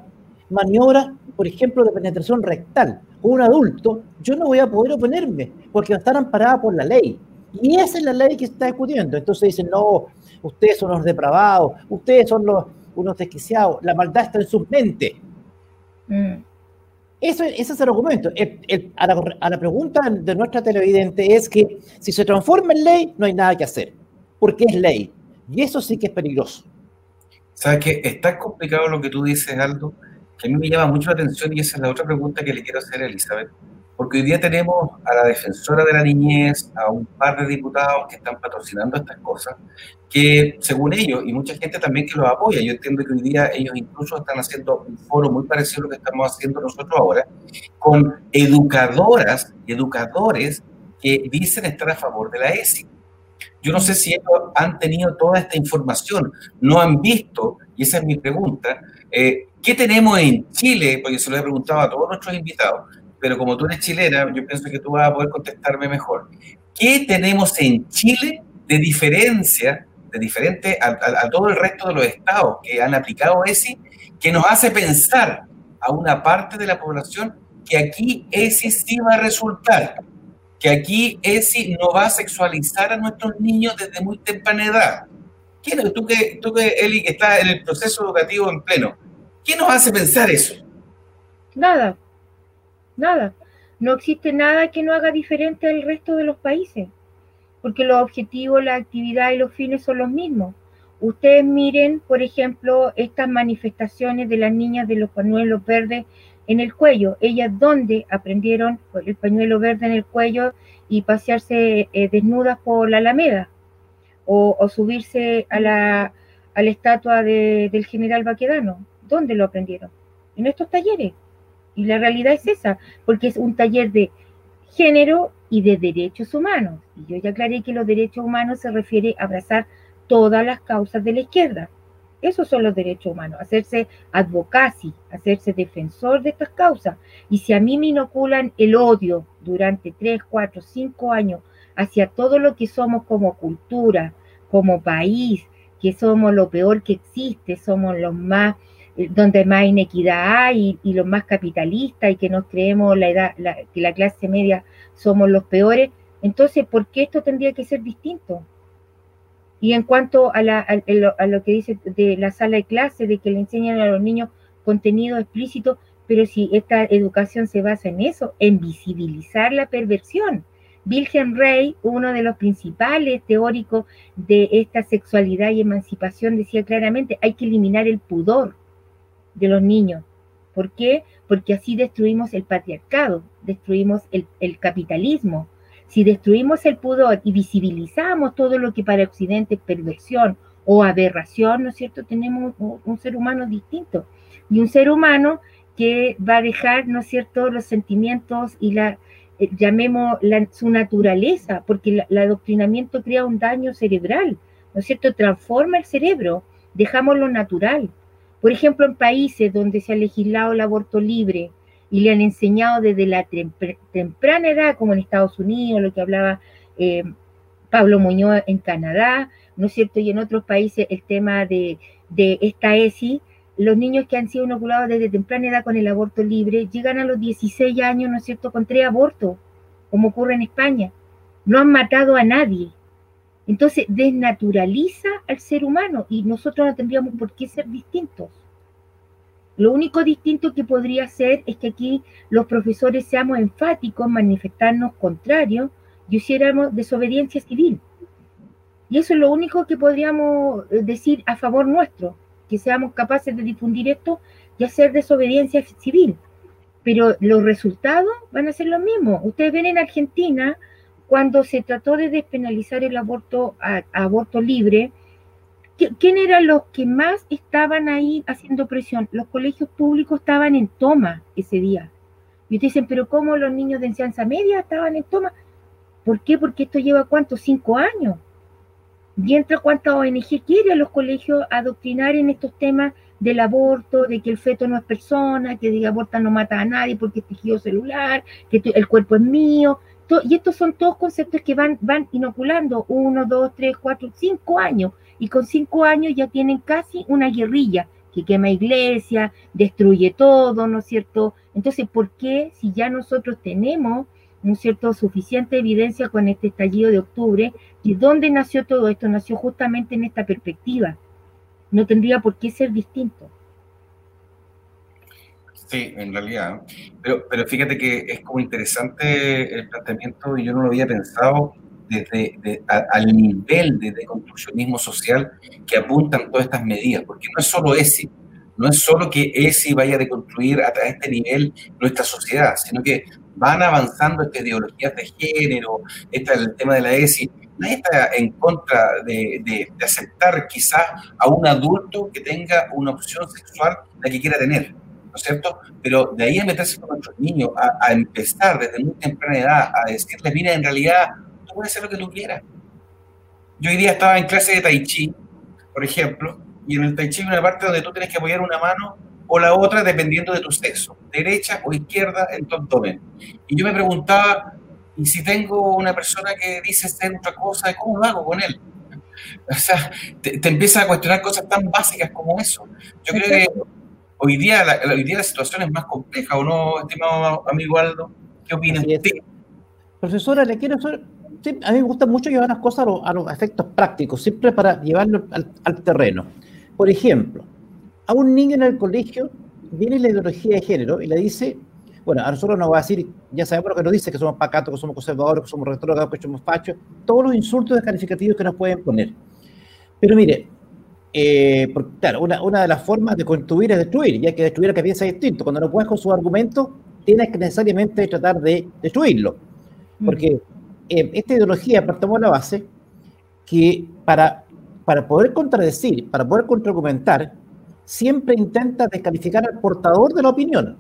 maniobras, por ejemplo, de penetración rectal con un adulto, yo no voy a poder oponerme, porque va a estar amparada por la ley. Y esa es la ley que se está discutiendo. Entonces dicen, no, ustedes son los depravados, ustedes son los, unos desquiciados, la maldad está en sus mentes. Mm. Eso, ese es el argumento. El, el, a, la, a la pregunta de nuestra televidente es que si se transforma en ley, no hay nada que hacer, porque es ley. Y eso sí que es peligroso. ¿Sabes qué? Es tan complicado lo que tú dices, Aldo, que a mí me llama mucho la atención, y esa es la otra pregunta que le quiero hacer a Elizabeth. Porque hoy día tenemos a la defensora de la niñez, a un par de diputados que están patrocinando estas cosas, que según ellos, y mucha gente también que los apoya, yo entiendo que hoy día ellos incluso están haciendo un foro muy parecido a lo que estamos haciendo nosotros ahora, con educadoras y educadores que dicen estar a favor de la E S I. Yo no sé si ellos han tenido toda esta información, no han visto, y esa es mi pregunta, eh, ¿qué tenemos en Chile? Porque se lo he preguntado a todos nuestros invitados, pero como tú eres chilena, yo pienso que tú vas a poder contestarme mejor. ¿Qué tenemos en Chile de diferencia, de diferente a, a, a todo el resto de los estados que han aplicado E S I, que nos hace pensar a una parte de la población que aquí E S I sí va a resultar, que aquí E S I no va a sexualizar a nuestros niños desde muy temprana edad? ¿Qué, tú, que, tú que, Eli, que estás en el proceso educativo en pleno, ¿qué nos hace pensar eso? Nada. Nada, no existe nada que no haga diferente al resto de los países, porque los objetivos, la actividad y los fines son los mismos. Ustedes miren, por ejemplo, estas manifestaciones de las niñas de los pañuelos verdes en el cuello. Ellas, ¿dónde aprendieron el pañuelo verde en el cuello y pasearse eh, desnudas por la Alameda? O, o subirse a la, a la estatua de, del general Baquedano. ¿Dónde lo aprendieron? En estos talleres. Y la realidad es esa, porque es un taller de género y de derechos humanos. Y yo ya aclaré que los derechos humanos se refiere a abrazar todas las causas de la izquierda. Esos son los derechos humanos, hacerse advocacy, hacerse defensor de estas causas. Y si a mí me inoculan el odio durante tres, cuatro, cinco años hacia todo lo que somos como cultura, como país, que somos lo peor que existe, somos los más... donde más inequidad hay y, y los más capitalistas y que nos creemos la edad, la, que la clase media somos los peores, entonces, ¿por qué esto tendría que ser distinto? Y en cuanto a, la, a, a lo que dice de la sala de clase, de que le enseñan a los niños contenido explícito, pero si esta educación se basa en eso, en visibilizar la perversión. Wilhelm Reich, uno de los principales teóricos de esta sexualidad y emancipación, decía claramente, hay que eliminar el pudor de los niños. ¿Por qué? Porque así destruimos el patriarcado, destruimos el, el capitalismo. Si destruimos el pudor y visibilizamos todo lo que para Occidente es perversión o aberración, ¿no es cierto? Tenemos un, un ser humano distinto. Y un ser humano que va a dejar, ¿no es cierto?, los sentimientos y la, eh, llamemos la, su naturaleza, porque la, el adoctrinamiento crea un daño cerebral, ¿no es cierto? Transforma el cerebro, dejamos lo natural. Por ejemplo, en países donde se ha legislado el aborto libre y le han enseñado desde la temprana edad, como en Estados Unidos, lo que hablaba eh, Pablo Muñoz en Canadá, ¿no es cierto? Y en otros países el tema de, de esta E S I, los niños que han sido inoculados desde temprana edad con el aborto libre llegan a los dieciséis años, ¿no es cierto?, con tres abortos, como ocurre en España. No han matado a nadie. Entonces desnaturaliza al ser humano y nosotros no tendríamos por qué ser distintos. Lo único distinto que podría ser es que aquí los profesores seamos enfáticos, manifestarnos contrarios y hiciéramos desobediencia civil. Y eso es lo único que podríamos decir a favor nuestro, que seamos capaces de difundir esto y hacer desobediencia civil. Pero los resultados van a ser los mismos. Ustedes ven en Argentina, cuando se trató de despenalizar el aborto, a, a aborto libre, ¿quién eran los que más estaban ahí haciendo presión? Los colegios públicos estaban en toma ese día. Y ustedes dicen, ¿pero cómo los niños de enseñanza media estaban en toma? ¿Por qué? Porque esto lleva, ¿cuántos? Cinco años. Y entra cuánta O N G quiere a los colegios adoctrinar en estos temas del aborto, de que el feto no es persona, que de abortar no mata a nadie porque es tejido celular, que el cuerpo es mío. Y estos son todos conceptos que van, van inoculando uno, dos, tres, cuatro, cinco años. Y con cinco años ya tienen casi una guerrilla que quema iglesias, destruye todo, ¿no es cierto? Entonces, ¿por qué si ya nosotros tenemos, ¿no es cierto?, suficiente evidencia con este estallido de octubre, y dónde nació todo esto? Nació justamente en esta perspectiva. No tendría por qué ser distinto. Sí, en realidad. Pero, pero fíjate que es como interesante el planteamiento y yo no lo había pensado desde de, a, al nivel de deconstruccionismo social que apuntan todas estas medidas, porque no es solo ESI, no es solo que ESI vaya a deconstruir a este nivel nuestra sociedad, sino que van avanzando estas ideologías de género, este, el tema de la ESI. Nadie está en contra de, de, de aceptar quizás a un adulto que tenga una opción sexual la que quiera tener, ¿no es cierto? Pero de ahí a meterse con nuestros niños, a, a empezar desde muy temprana edad a decirles, mira, en realidad tú puedes hacer lo que tú quieras. Yo hoy día estaba en clase de Tai Chi, por ejemplo, y en el Tai Chi hay una parte donde tú tienes que apoyar una mano o la otra dependiendo de tu sexo, derecha o izquierda en tu abdomen. Y yo me preguntaba, ¿y si tengo una persona que dice ser otra cosa, cómo lo hago con él? O sea, te, te empiezas a cuestionar cosas tan básicas como eso. Yo creo que hoy día la, hoy día la situación es más compleja, ¿o no, estimado amigo Aldo? ¿Qué opinas usted? Profesora, le quiero hacer... Sí, a mí me gusta mucho llevar las cosas a los, a los efectos prácticos, siempre para llevarlo al, al terreno. Por ejemplo, a un niño en el colegio viene la ideología de género y le dice, bueno, a nosotros nos va a decir, ya sabemos lo que nos dice, que somos pacatos, que somos conservadores, que somos retrógrados, que somos fachos, todos los insultos descalificativos que nos pueden poner. Pero mire, eh, porque, claro, una, una de las formas de construir es destruir, y hay que destruir a que piensa distinto. Cuando no puedes con sus argumentos, tienes que necesariamente tratar de destruirlo. Porque eh, esta ideología partamos de la base que para, para poder contradecir, para poder contraargumentar, siempre intenta descalificar al portador de la opinión.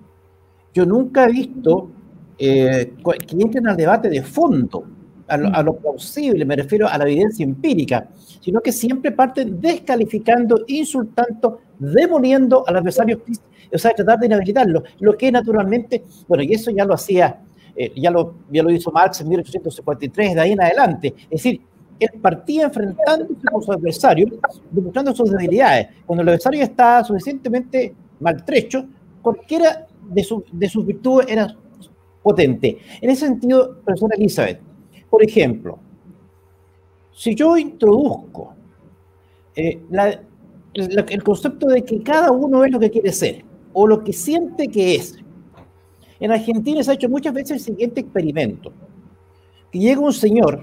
Yo nunca he visto eh, que entren al debate de fondo, a lo, a lo plausible, me refiero a la evidencia empírica, sino que siempre parten descalificando, insultando, demoliendo al adversario, o sea, tratar de inhabilitarlo, lo que naturalmente, bueno, y eso ya lo hacía, eh, ya, lo, ya lo hizo Marx en mil ochocientos cincuenta y tres, de ahí en adelante, es decir, él partía enfrentándose con su adversario, demostrando sus debilidades. Cuando el adversario está suficientemente maltrecho, cualquiera de, su, de sus virtudes era potente. En ese sentido, profesora Elizabeth, por ejemplo, si yo introduzco eh, la, la, el concepto de que cada uno es lo que quiere ser, o lo que siente que es, en Argentina se ha hecho muchas veces el siguiente experimento, que llega un señor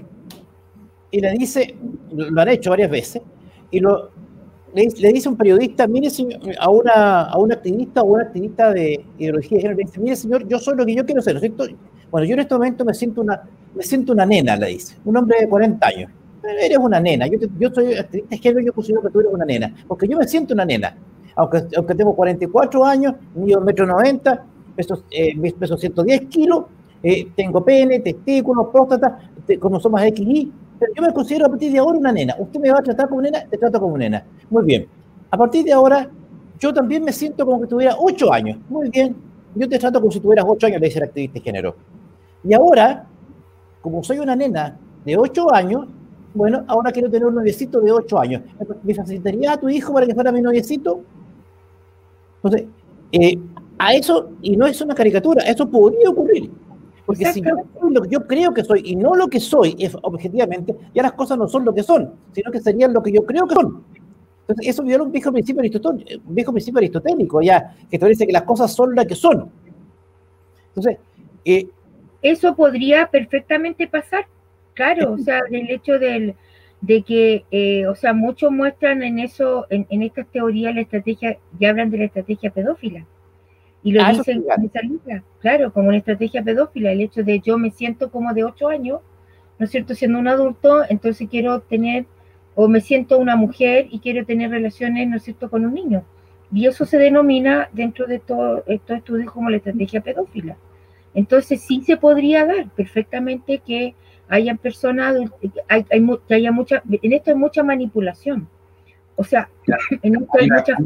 y le dice, lo han hecho varias veces, y lo, le, le dice a un periodista, mire señor, a una, a un activista o una activista de ideología de género, le dice, mire señor, yo soy lo que yo quiero ser, ¿no es cierto? Bueno, yo en este momento me siento una, me siento una nena, le dice, un hombre de cuarenta años. Eres una nena, yo, te, yo soy activista de género, yo considero que tú eres una nena, porque yo me siento una nena, aunque, aunque tengo cuarenta y cuatro años, mido un metro noventa, peso, eh, peso ciento diez kilos, eh, tengo pene, testículos, próstata, te, cromosomas X Y, pero yo me considero a partir de ahora una nena. Usted me va a tratar como nena, te trato como nena. Muy bien. A partir de ahora, yo también me siento como que tuviera ocho años. Muy bien. Yo te trato como si tuvieras ocho años, le dice el activista de género. Y ahora, como soy una nena de ocho años, bueno, ahora quiero tener un noviecito de ocho años. ¿Me facilitaría a tu hijo para que fuera mi noviecito? Entonces, eh, a eso, y no es una caricatura, eso podría ocurrir. Porque si yo soy lo que yo creo que soy y no lo que soy, es, objetivamente, ya las cosas no son lo que son, sino que serían lo que yo creo que son. Entonces, eso viola un viejo principio aristotélico, un viejo principio aristotélico, ya, que establece que las cosas son las que son. Entonces, eh, eso podría perfectamente pasar, claro, o sea, el hecho del, de que, eh, o sea, muchos muestran en eso, en, en estas teorías, la estrategia, ya hablan de la estrategia pedófila. Y lo ah, dicen con esa letra, claro, como una estrategia pedófila, el hecho de yo me siento como de ocho años, ¿no es cierto?, siendo un adulto, entonces quiero tener, o me siento una mujer y quiero tener relaciones, ¿no es cierto?, con un niño. Y eso se denomina dentro de todo estos estudios como la estrategia pedófila. Entonces sí se podría dar perfectamente que hayan personas, hay, hay, que haya mucha, en esto hay mucha manipulación. O sea, en esto hay mucha...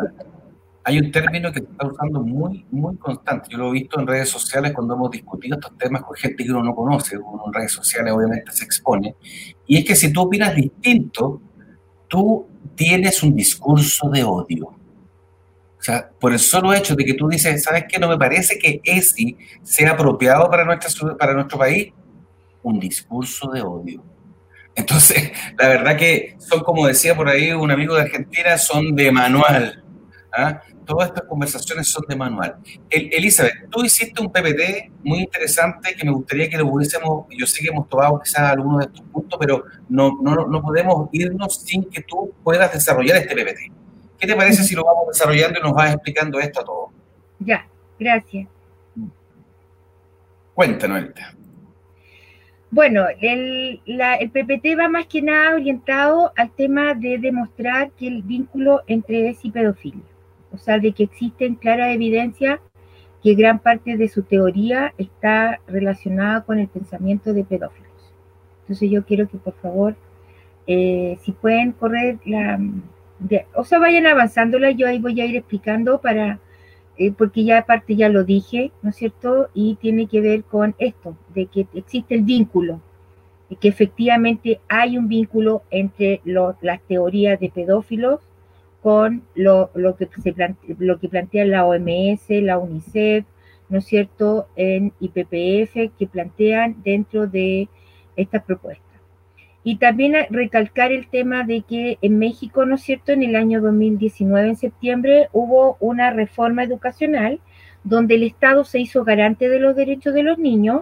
Hay un término que se está usando muy, muy constante. Yo lo he visto en redes sociales cuando hemos discutido estos temas con gente que uno no conoce. Uno en redes sociales obviamente se expone. Y es que si tú opinas distinto, tú tienes un discurso de odio. sea, por el solo hecho de que tú dices, ¿sabes qué? No me parece que ESI sea apropiado para, nuestra, para nuestro país, un discurso de odio. Entonces, la verdad que son, como decía por ahí un amigo de Argentina, son de manual. ¿Ah? Todas estas conversaciones son de manual. El, Elizabeth, tú hiciste un P P T muy interesante que me gustaría que lo pudiésemos, yo sé que hemos tomado quizás algunos de estos puntos, pero no, no, no podemos irnos sin que tú puedas desarrollar este P P T. ¿Qué te parece si lo vamos desarrollando y nos vas explicando esto a todos? Ya, gracias. Cuéntanos, Elita. Bueno, el, la, el P P T va más que nada orientado al tema de demostrar que el vínculo entre ESI y pedofilia. O sea, de que existen claras evidencias que gran parte de su teoría está relacionada con el pensamiento de pedófilos. Entonces yo quiero que por favor, eh, si pueden correr la... De, o sea, vayan avanzándola, yo ahí voy a ir explicando para... Eh, porque ya aparte ya lo dije, ¿no es cierto? Y tiene que ver con esto, de que existe el vínculo, y que efectivamente hay un vínculo entre lo, las teorías de pedófilos con lo, lo, que se plantea, lo que plantea la O M S, la UNICEF, ¿no es cierto?, en I P P F, que plantean dentro de estas propuestas. Y también recalcar el tema de que en México, ¿no es cierto?, en el año dos mil diecinueve, en septiembre, hubo una reforma educacional donde el Estado se hizo garante de los derechos de los niños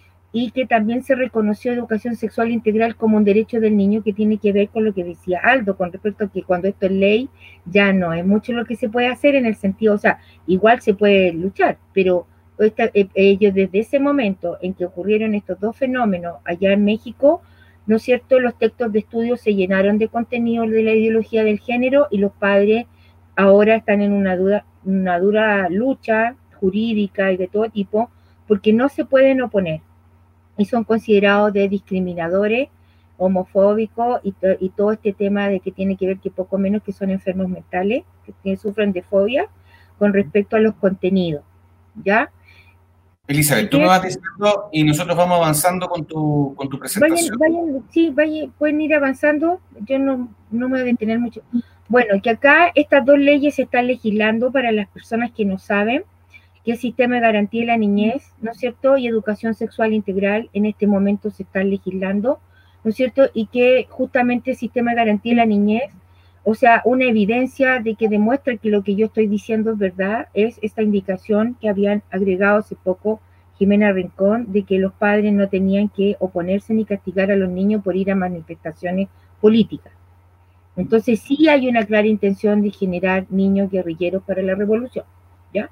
y que también se reconoció educación sexual integral como un derecho del niño, que tiene que ver con lo que decía Aldo, con respecto a que cuando esto es ley, ya no es mucho lo que se puede hacer en el sentido, o sea, igual se puede luchar, pero esta, ellos desde ese momento en que ocurrieron estos dos fenómenos allá en México, ¿no es cierto?, los textos de estudio se llenaron de contenido de la ideología del género y los padres ahora están en una dura, una dura lucha jurídica y de todo tipo, porque no se pueden oponer y son considerados de discriminadores, homofóbicos y, to, y todo este tema de que tiene que ver que poco menos que son enfermos mentales, que, que sufren de fobia con respecto a los contenidos, ¿ya? Elizabeth, tú me vas diciendo y nosotros vamos avanzando con tu, con tu presentación. Vayan, vayan, sí, vayan, pueden ir avanzando, yo no, no me voy a detener mucho. Bueno, que acá estas dos leyes se están legislando para las personas que no saben, que el sistema de garantía de la niñez, ¿no es cierto?, y educación sexual integral en este momento se están legislando, ¿no es cierto?, y que justamente el sistema de garantía de la niñez, o sea, una evidencia de que demuestra que lo que yo estoy diciendo es verdad, es esta indicación que habían agregado hace poco Jimena Rincón, de que los padres no tenían que oponerse ni castigar a los niños por ir a manifestaciones políticas. Entonces sí hay una clara intención de generar niños guerrilleros para la revolución, ¿ya?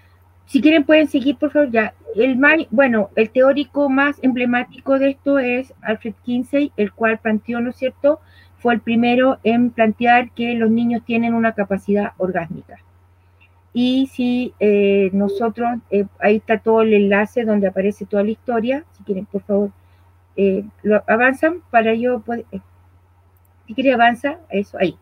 Si quieren pueden seguir, por favor, ya. El bueno, el teórico más emblemático de esto es Alfred Kinsey, el cual planteó, ¿no es cierto?, fue el primero en plantear que los niños tienen una capacidad orgásmica. Y si eh, nosotros, eh, ahí está todo el enlace donde aparece toda la historia, si quieren, por favor, eh, lo avanzan para yo poder, eh, si quieren avanza, eso, ahí.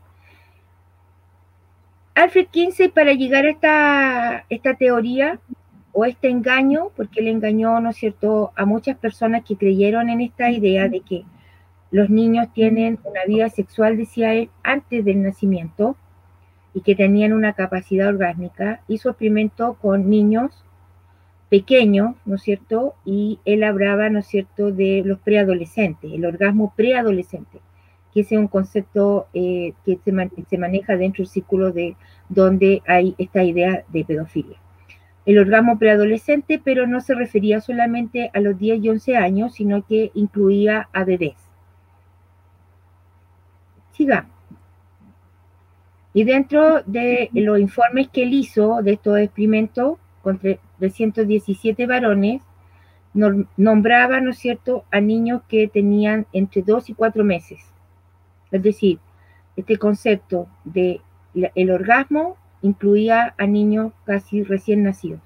Alfred Kinsey, para llegar a esta, esta teoría o este engaño, porque él engañó, ¿no es cierto?, a muchas personas que creyeron en esta idea de que los niños tienen una vida sexual, decía él, antes del nacimiento y que tenían una capacidad orgásmica. Hizo experimento con niños pequeños, ¿no es cierto?, y él hablaba, ¿no es cierto?, de los preadolescentes, el orgasmo preadolescente, que ese es un concepto eh, que se, man, se maneja dentro del círculo de donde hay esta idea de pedofilia. El orgasmo preadolescente, pero no se refería solamente a los diez y once años, sino que incluía a bebés. Sigamos. Y dentro de los informes que él hizo de estos experimentos con trescientos diecisiete varones, nombraba, ¿no es cierto?, a niños que tenían entre dos y cuatro meses. Es decir, este concepto de el orgasmo incluía a niños casi recién nacidos.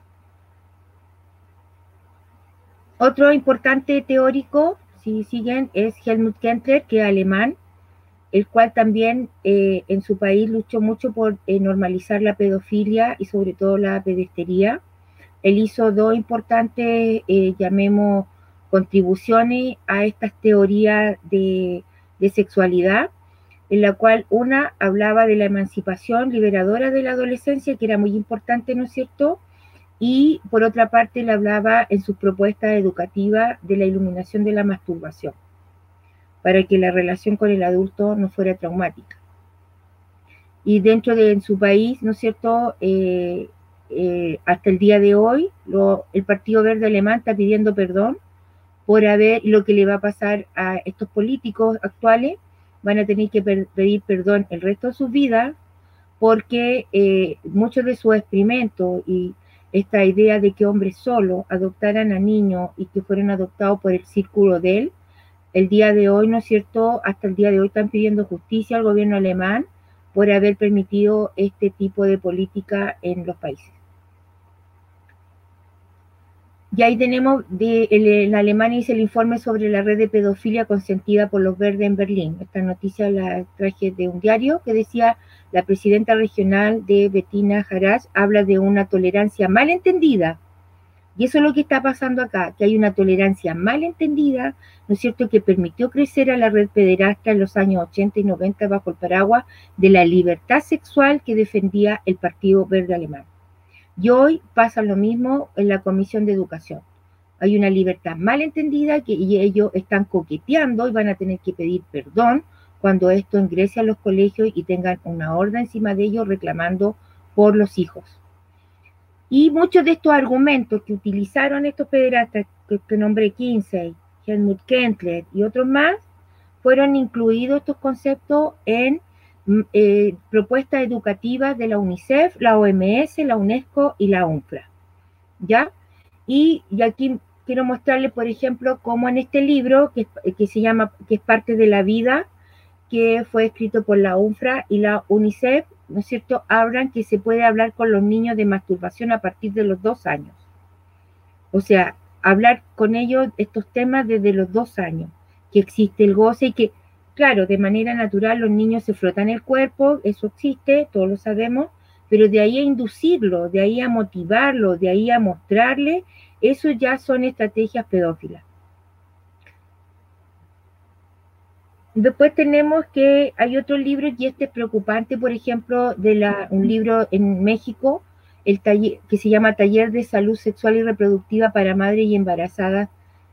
Otro importante teórico, si siguen, es Helmut Kentler, que es alemán, el cual también eh, en su país luchó mucho por eh, normalizar la pedofilia y sobre todo la pedestería. Él hizo dos importantes, eh, llamemos, contribuciones a estas teorías de, de sexualidad. en la cual una hablaba de la emancipación liberadora de la adolescencia, que era muy importante, ¿no es cierto? Y por otra parte le hablaba en su propuesta educativa de la iluminación de la masturbación, para que la relación con el adulto no fuera traumática. Y dentro de en su país, ¿no es cierto?, eh, eh, hasta el día de hoy, lo, el Partido Verde Alemán está pidiendo perdón por haber, lo que le va a pasar a estos políticos actuales, van a tener que per, pedir perdón el resto de sus vidas, porque eh, muchos de sus experimentos y esta idea de que hombres solos adoptaran a niños y que fueran adoptados por el círculo de él, el día de hoy, ¿no es cierto?, hasta el día de hoy están pidiendo justicia al gobierno alemán por haber permitido este tipo de política en los países. Y ahí tenemos, de, el, en Alemania hice el informe sobre la red de pedofilia consentida por los verdes en Berlín. Esta noticia la traje de un diario que decía, la presidenta regional de Bettina Jarasch habla de una tolerancia mal entendida. Y eso es lo que está pasando acá, que hay una tolerancia mal entendida, ¿no es cierto?, que permitió crecer a la red pederasta en los años ochenta y noventa bajo el paraguas de la libertad sexual que defendía el Partido Verde Alemán. Y hoy pasa lo mismo en la Comisión de Educación. Hay una libertad mal entendida que, y ellos están coqueteando y van a tener que pedir perdón cuando esto ingrese a los colegios y tengan una horda encima de ellos reclamando por los hijos. Y muchos de estos argumentos que utilizaron estos pederastas, que, que nombré Kinsey, Helmut Kendler y otros más, fueron incluidos estos conceptos en eh, propuestas educativas de la UNICEF, la O M S, la UNESCO y la UNFRA. ¿Ya? Y, y aquí quiero mostrarles, por ejemplo, cómo en este libro, que, que se llama, que es parte de la vida, que fue escrito por la UNFRA y la UNICEF, ¿no es cierto?, hablan que se puede hablar con los niños de masturbación a partir de los dos años. O sea, hablar con ellos estos temas desde los dos años, que existe el goce y que, claro, de manera natural los niños se frotan el cuerpo, eso existe, todos lo sabemos, pero de ahí a inducirlo, de ahí a motivarlo, de ahí a mostrarle, eso ya son estrategias pedófilas. Después tenemos que hay otros libros, y este es preocupante, por ejemplo, de la, un libro en México, el taller, que se llama Taller de Salud Sexual y Reproductiva para Madres y Embarazadas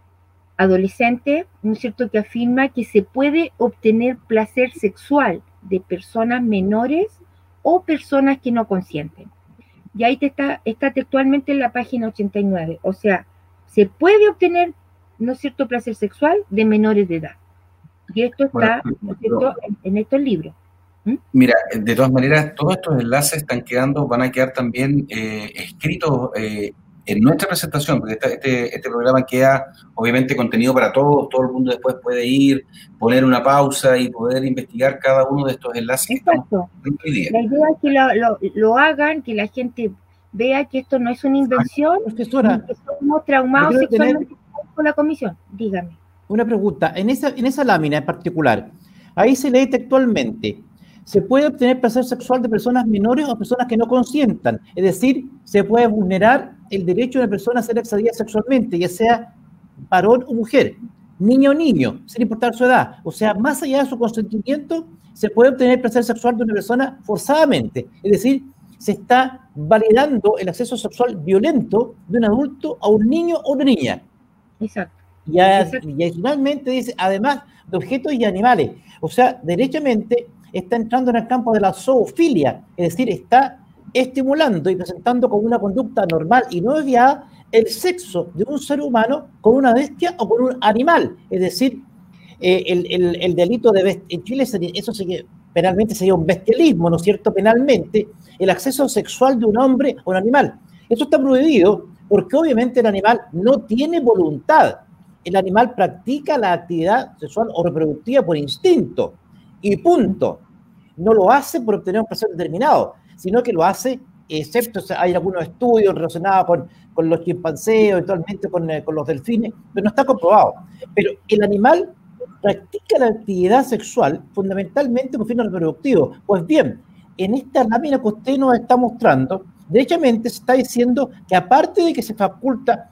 Adolescentes, ¿no es cierto?, que afirma que se puede obtener placer sexual de personas menores o personas que no consienten. Y ahí te está, está textualmente en la página ochenta y nueve, o sea, se puede obtener, ¿no es cierto?, placer sexual de menores de edad. Y esto está, bueno, ¿no es cierto?, en, en estos libros. ¿Mm? Mira, de todas maneras, todos estos enlaces están quedando, van a quedar también eh, escritos eh, en nuestra presentación, porque este, este, este programa queda obviamente contenido para todos, todo el mundo después puede ir, poner una pausa y poder investigar cada uno de estos enlaces. Exacto. Que estamos hoy día. La idea es que lo, lo, lo hagan, que la gente vea que esto no es una invención, profesora, que somos traumados sexualmente tener... con la comisión. Dígame. Una pregunta, en esa, en esa lámina en particular, ahí se lee textualmente, se puede obtener placer sexual de personas menores o personas que no consientan, es decir, se puede vulnerar el derecho de una persona a ser accedida sexualmente, ya sea varón o mujer, niño o niño, sin importar su edad, o sea, más allá de su consentimiento, se puede obtener placer sexual de una persona forzadamente, es decir, se está validando el acceso sexual violento de un adulto a un niño o una niña. Exacto. Y, y adicionalmente dice, además de objetos y animales. O sea, derechamente está entrando en el campo de la zoofilia, es decir, está estimulando y presentando como una conducta normal y no desviada el sexo de un ser humano con una bestia o con un animal. Es decir, eh, el, el, el delito de best- en Chile sería, eso sería, penalmente sería un bestialismo, ¿no es cierto? Penalmente, el acceso sexual de un hombre a un animal. Eso está prohibido porque obviamente el animal no tiene voluntad. El animal practica la actividad sexual o reproductiva por instinto y punto. No lo hace por obtener un placer determinado, sino que lo hace, excepto hay algunos estudios relacionados con, con los chimpancés, eventualmente con, con los delfines, pero no está comprobado. Pero el animal practica la actividad sexual fundamentalmente con fines reproductivos. Pues bien, en esta lámina que usted nos está mostrando, derechamente se está diciendo que aparte de que se faculta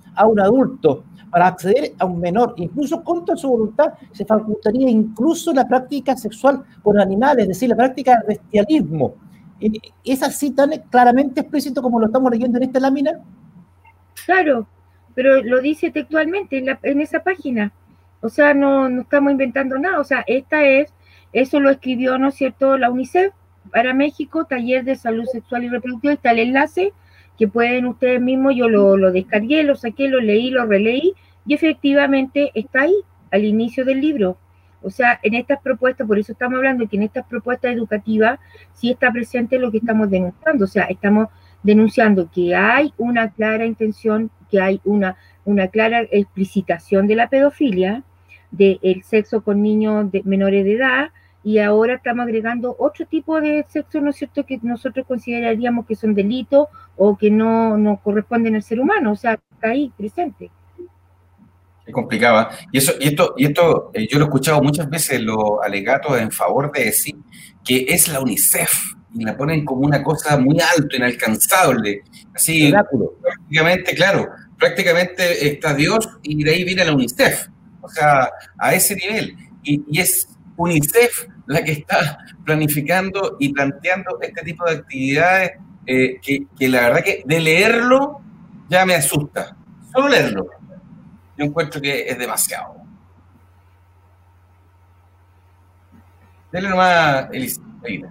a un adulto para acceder a un menor, incluso contra su voluntad, se facultaría incluso la práctica sexual con animales, es decir, la práctica del bestialismo. ¿Es así tan claramente explícito como lo estamos leyendo en esta lámina? Claro, pero lo dice textualmente en, la, en esa página. O sea, no, no estamos inventando nada. O sea, esta es, eso lo escribió, ¿no es cierto?, la UNICEF para México, Taller de Salud Sexual y Reproductiva. Está el enlace que pueden ustedes mismos, yo lo, lo descargué, lo saqué, lo leí, lo releí, y efectivamente está ahí, al inicio del libro. O sea, en estas propuestas, por eso estamos hablando que en estas propuestas educativas sí está presente lo que estamos denunciando. O sea, estamos denunciando que hay una clara intención, que hay una, una clara explicitación de la pedofilia, del sexo con niños de menores de edad, y ahora estamos agregando otro tipo de sexo, ¿no es cierto?, que nosotros consideraríamos que son delitos o que no, no corresponden al ser humano. O sea, está ahí presente. Es complicado, ¿eh? Y, eso, y esto, y esto eh, yo lo he escuchado muchas veces, los alegatos en favor de decir que es la UNICEF, y la ponen como una cosa muy alto, inalcanzable. Así, Oráculo. prácticamente, claro, prácticamente está Dios y de ahí viene la UNICEF. O sea, a ese nivel. Y, y es UNICEF la que está planificando y planteando este tipo de actividades eh, que, que la verdad que de leerlo ya me asusta. Solo leerlo. Yo encuentro que es demasiado. Dele nomás, Elisa.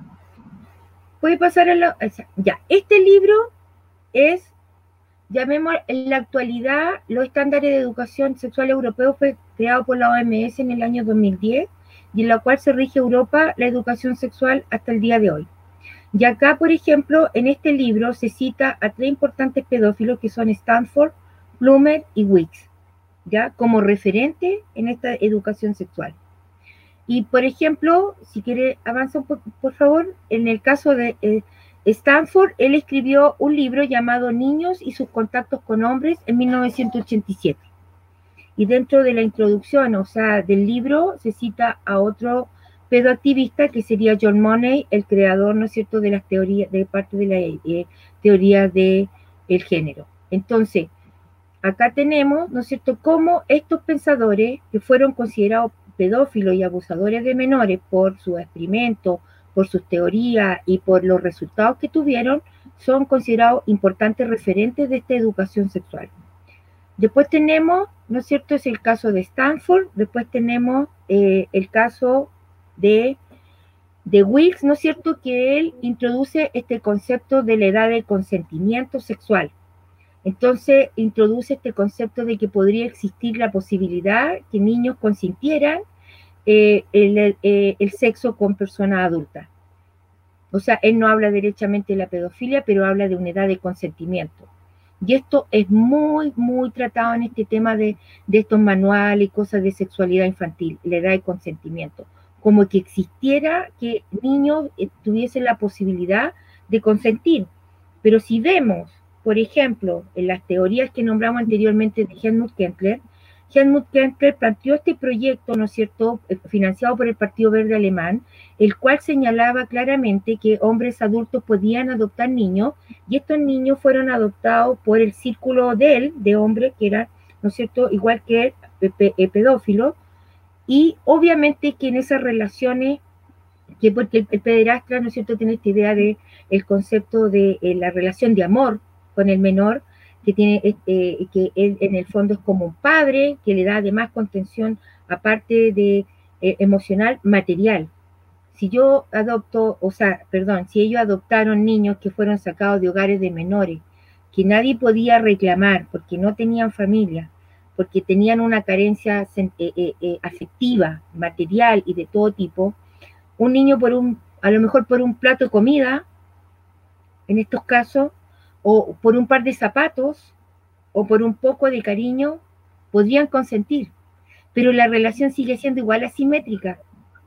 Puede pasar a la... Ya, este libro es, llamemos, en la actualidad, los estándares de educación sexual europeos fue creado por la O M S en el año dos mil diez, y en la cual se rige Europa la educación sexual hasta el día de hoy. Y acá, por ejemplo, en este libro se cita a tres importantes pedófilos que son Stanford, Plummer y Weeks, ¿ya?, como referente en esta educación sexual. Y, por ejemplo, si quiere, avanza por, por favor, en el caso de eh, Stanford, él escribió un libro llamado Niños y sus contactos con hombres en mil novecientos ochenta y siete. Y dentro de la introducción, o sea, del libro, se cita a otro pedoactivista que sería John Money, el creador, ¿no es cierto?, de las teorías, de parte de la eh, teoría del género. Entonces, acá tenemos, ¿no es cierto?, cómo estos pensadores que fueron considerados pedófilos y abusadores de menores por sus experimentos, por sus teorías y por los resultados que tuvieron, son considerados importantes referentes de esta educación sexual. Después tenemos, ¿no es cierto?, es el caso de Stanford. Después tenemos eh, el caso de, de Wilkes, ¿no es cierto?, que él introduce este concepto de la edad de consentimiento sexual. Entonces introduce este concepto de que podría existir la posibilidad que niños consintieran eh, el, eh, el sexo con personas adultas. O sea, él no habla derechamente de la pedofilia, pero habla de una edad de consentimiento. Y esto es muy, muy tratado en este tema de, de estos manuales y cosas de sexualidad infantil, la edad de consentimiento. Como que existiera que niños eh, tuviesen la posibilidad de consentir. Pero si vemos, por ejemplo, en las teorías que nombramos anteriormente de Helmut Kentler, Helmut Kentler planteó este proyecto, ¿no es cierto?, financiado por el Partido Verde Alemán, el cual señalaba claramente que hombres adultos podían adoptar niños, y estos niños fueron adoptados por el círculo de él, de hombres que eran, ¿no es cierto?, igual que él, pedófilos, y obviamente que en esas relaciones, que porque el, el pederastra, ¿no es cierto?, tiene esta idea de el concepto de eh, la relación de amor con el menor, que tiene eh, que él en el fondo es como un padre, que le da además contención, aparte de eh, emocional, material. Si yo adopto, o sea, perdón, si ellos adoptaron niños que fueron sacados de hogares de menores, que nadie podía reclamar porque no tenían familia, porque tenían una carencia eh, eh, eh, afectiva, material y de todo tipo, un niño por un, a lo mejor por un plato de comida, en estos casos, o por un par de zapatos, o por un poco de cariño, podrían consentir, pero la relación sigue siendo igual asimétrica,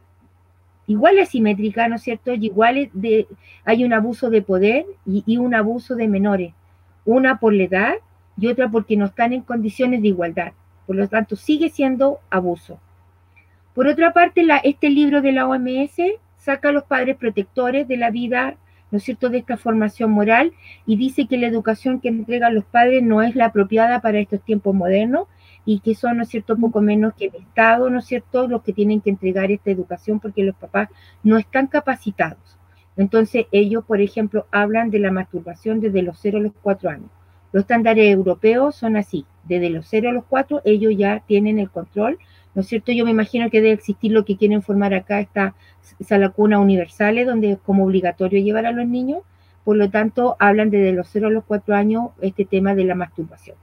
igual asimétrica, ¿no es cierto? Y igual de, hay un abuso de poder y, y un abuso de menores, una por la edad y otra porque no están en condiciones de igualdad, por lo tanto sigue siendo abuso. Por otra parte, la, este libro de la O M S saca a los padres protectores de la vida ¿no es cierto?, de esta formación moral, y dice que la educación que entregan los padres no es la apropiada para estos tiempos modernos, y que son, ¿no es cierto?, poco menos que el Estado, ¿no es cierto?, los que tienen que entregar esta educación porque los papás no están capacitados. Entonces ellos, por ejemplo, hablan de la masturbación desde los cero a los cuatro años. Los estándares europeos son así, desde los cero a los cuatro ellos ya tienen el control, ¿no es cierto? Yo me imagino que debe existir lo que quieren formar acá, esta sala cuna universales, donde es como obligatorio llevar a los niños, por lo tanto hablan desde los cero a los cuatro años este tema de la masturbación.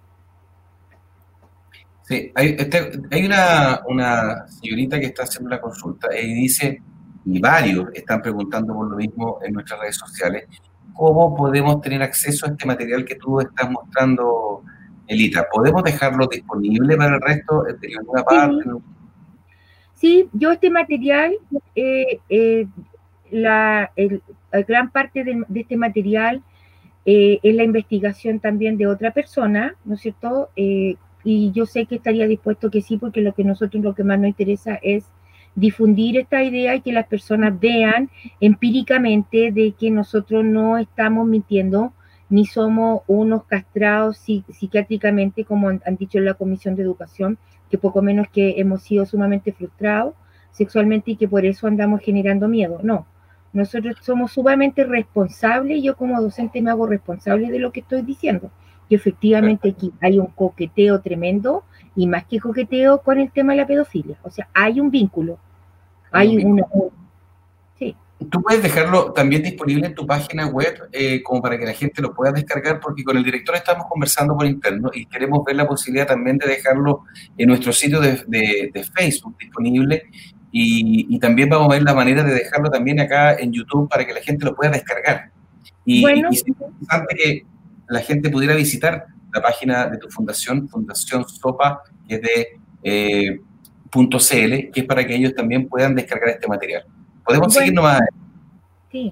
Sí, hay, este, hay una, una señorita que está haciendo la consulta y dice, y varios están preguntando por lo mismo en nuestras redes sociales, ¿cómo podemos tener acceso a este material que tú estás mostrando, Elita? ¿Podemos dejarlo disponible para el resto de alguna parte? Sí, sí, yo este material, eh, eh, la, el, la gran parte de, de este material eh, es la investigación también de otra persona, ¿no es cierto?, eh, y yo sé que estaría dispuesto que sí, porque lo que nosotros lo que más nos interesa es difundir esta idea y que las personas vean empíricamente de que nosotros no estamos mintiendo, ni somos unos castrados psi- psiquiátricamente, como han, han dicho en la Comisión de Educación, que poco menos que hemos sido sumamente frustrados sexualmente y que por eso andamos generando miedo. No, nosotros somos sumamente responsables, yo como docente me hago responsable de lo que estoy diciendo. Y efectivamente aquí hay un coqueteo tremendo, y más que coqueteo con el tema de la pedofilia. O sea, hay un vínculo. Hay, hay un una... Un, sí. Tú puedes dejarlo también disponible en tu página web, eh, como para que la gente lo pueda descargar, porque con el director estamos conversando por interno y queremos ver la posibilidad también de dejarlo en nuestro sitio de, de, de Facebook disponible, y, y también vamos a ver la manera de dejarlo también acá en YouTube para que la gente lo pueda descargar. Y, bueno, y, y es interesante que la gente pudiera visitar la página de tu fundación, Fundación Sopa, que es de eh, .cl, que es para que ellos también puedan descargar este material. ¿Podemos bueno, seguir nomás? Sí.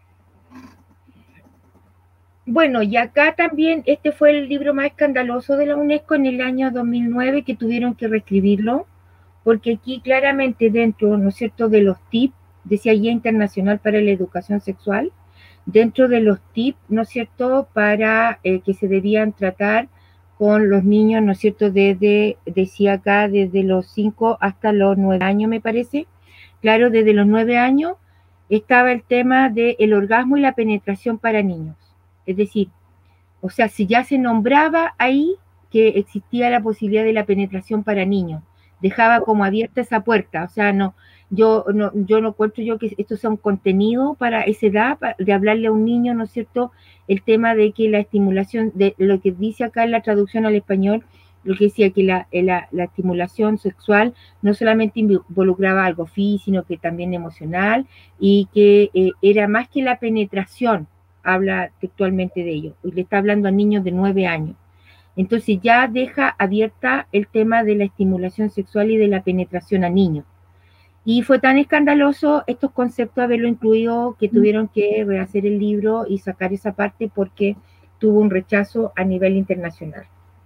Bueno, y acá también, este fue el libro más escandaloso de la UNESCO en el año dos mil nueve, que tuvieron que reescribirlo, porque aquí claramente dentro, ¿no es cierto?, de los tips, decía Guía Internacional para la Educación Sexual, dentro de los tips, ¿no es cierto?, para eh, que se debían tratar con los niños, ¿no es cierto?, desde, decía acá, desde los cinco hasta los nueve años, me parece. Claro, desde los nueve años estaba el tema del orgasmo y la penetración para niños. Es decir, o sea, si ya se nombraba ahí que existía la posibilidad de la penetración para niños, dejaba como abierta esa puerta. O sea, no, yo no, yo no encuentro yo que esto sea un contenido para esa edad, para, de hablarle a un niño, ¿no es cierto?, el tema de que la estimulación, de lo que dice acá en la traducción al español, lo que decía que la, la, la estimulación sexual no solamente involucraba algo físico, sino que también emocional, y que eh, era más que la penetración, habla textualmente de ello, y le está hablando a niños de nueve años. Entonces ya deja abierta el tema de la estimulación sexual y de la penetración a niños. Y fue tan escandaloso estos conceptos haberlo incluido que tuvieron que rehacer el libro y sacar esa parte porque tuvo un rechazo a nivel internacional.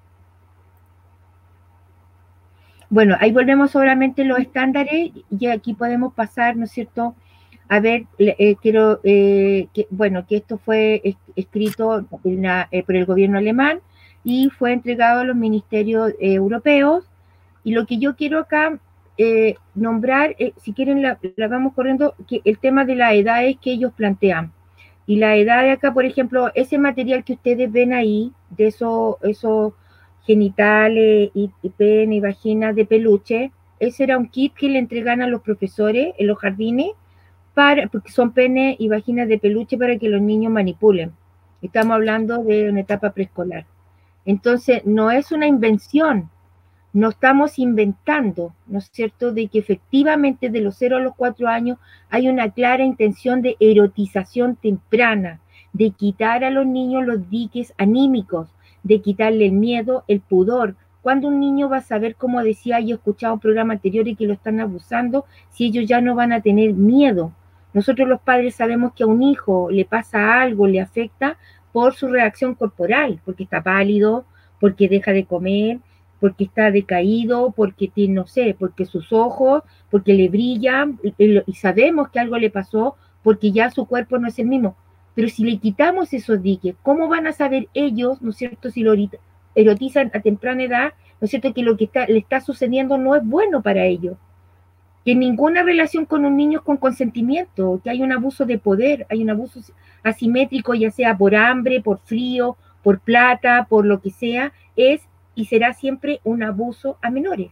Bueno, ahí volvemos solamente los estándares y aquí podemos pasar, ¿no es cierto?, a ver, eh, quiero, eh, que, bueno, que esto fue es, escrito en la, eh, por el gobierno alemán y fue entregado a los ministerios eh, europeos, y lo que yo quiero acá eh, nombrar, eh, si quieren la, la vamos corriendo, que el tema de la edad es que ellos plantean, y la edad de acá, por ejemplo, ese material que ustedes ven ahí, de esos eso genitales y, y pene y vagina de peluche, ese era un kit que le entregan a los profesores en los jardines, para, porque son pene y vaginas de peluche para que los niños manipulen. Estamos hablando de una etapa preescolar. Entonces, no es una invención, no estamos inventando, ¿no es cierto?, de que efectivamente de los cero a los cuatro años hay una clara intención de erotización temprana, de quitar a los niños los diques anímicos, de quitarle el miedo, el pudor. ¿Cuándo un niño va a saber, como decía, yo he escuchado un programa anterior y que lo están abusando, si ellos ya no van a tener miedo? Nosotros los padres sabemos que a un hijo le pasa algo, le afecta por su reacción corporal, porque está pálido, porque deja de comer, porque está decaído, porque tiene, no sé, porque sus ojos, porque le brillan, y, y sabemos que algo le pasó, porque ya su cuerpo no es el mismo. Pero si le quitamos esos diques, ¿cómo van a saber ellos, ¿no es cierto?, si lo erotizan a temprana edad, ¿no es cierto?, que lo que está, le está sucediendo no es bueno para ellos? Que ninguna relación con un niño es con consentimiento, que hay un abuso de poder, hay un abuso asimétrico, ya sea por hambre, por frío, por plata, por lo que sea, es y será siempre un abuso a menores.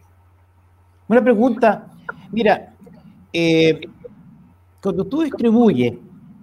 Una pregunta, mira, eh, cuando tú distribuyes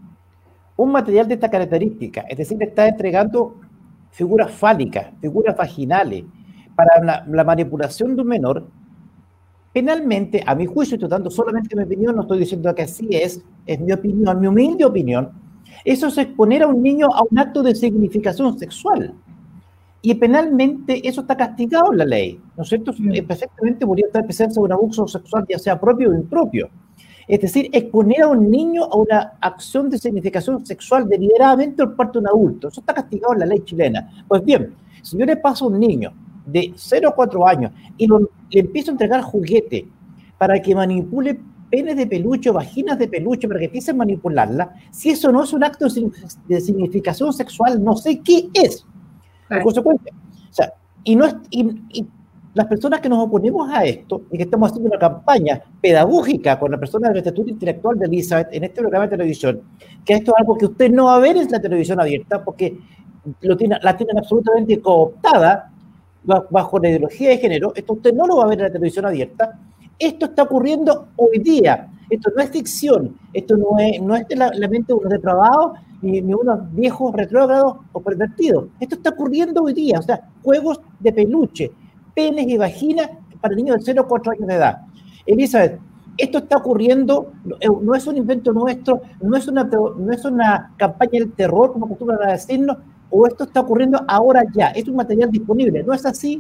un material de esta característica, es decir, estás entregando figuras fálicas, figuras vaginales, para la, la manipulación de un menor, penalmente, a mi juicio, estoy dando solamente mi opinión, no estoy diciendo que así es, es mi opinión, mi humilde opinión, eso es exponer a un niño a un acto de significación sexual. Y penalmente eso está castigado en la ley, ¿no es cierto? Mm. Perfectamente podría estar presente un abuso sexual, ya sea propio o impropio. Es decir, exponer a un niño a una acción de significación sexual deliberadamente por parte de un adulto, eso está castigado en la ley chilena. Pues bien, si yo le paso a un niño de cero a cuatro años y lo, le empiezo a entregar juguetes para que manipule penes de peluche o vaginas de peluche para que empiece a manipularla, si eso no es un acto de significación sexual, no sé qué es. En consecuencia, o sea, y, no es, y, y las personas que nos oponemos a esto y que estamos haciendo una campaña pedagógica con la persona de la estatura intelectual de Elizabeth en este programa de televisión, que esto es algo que usted no va a ver en la televisión abierta porque lo tiene, la tienen absolutamente cooptada bajo la ideología de género, esto usted no lo va a ver en la televisión abierta, esto está ocurriendo hoy día, esto no es ficción, esto no es, no es de la, la mente de unos depravados, ni, ni unos viejos retrógrados o pervertidos, esto está ocurriendo hoy día, o sea, juegos de peluche, penes y vaginas para niños de cero a cuatro años de edad. Elizabeth, esto está ocurriendo, no es un invento nuestro, no es una, no es una campaña del terror, como acostumbran a decirnos, o esto está ocurriendo ahora ya, es un material disponible, ¿no es así?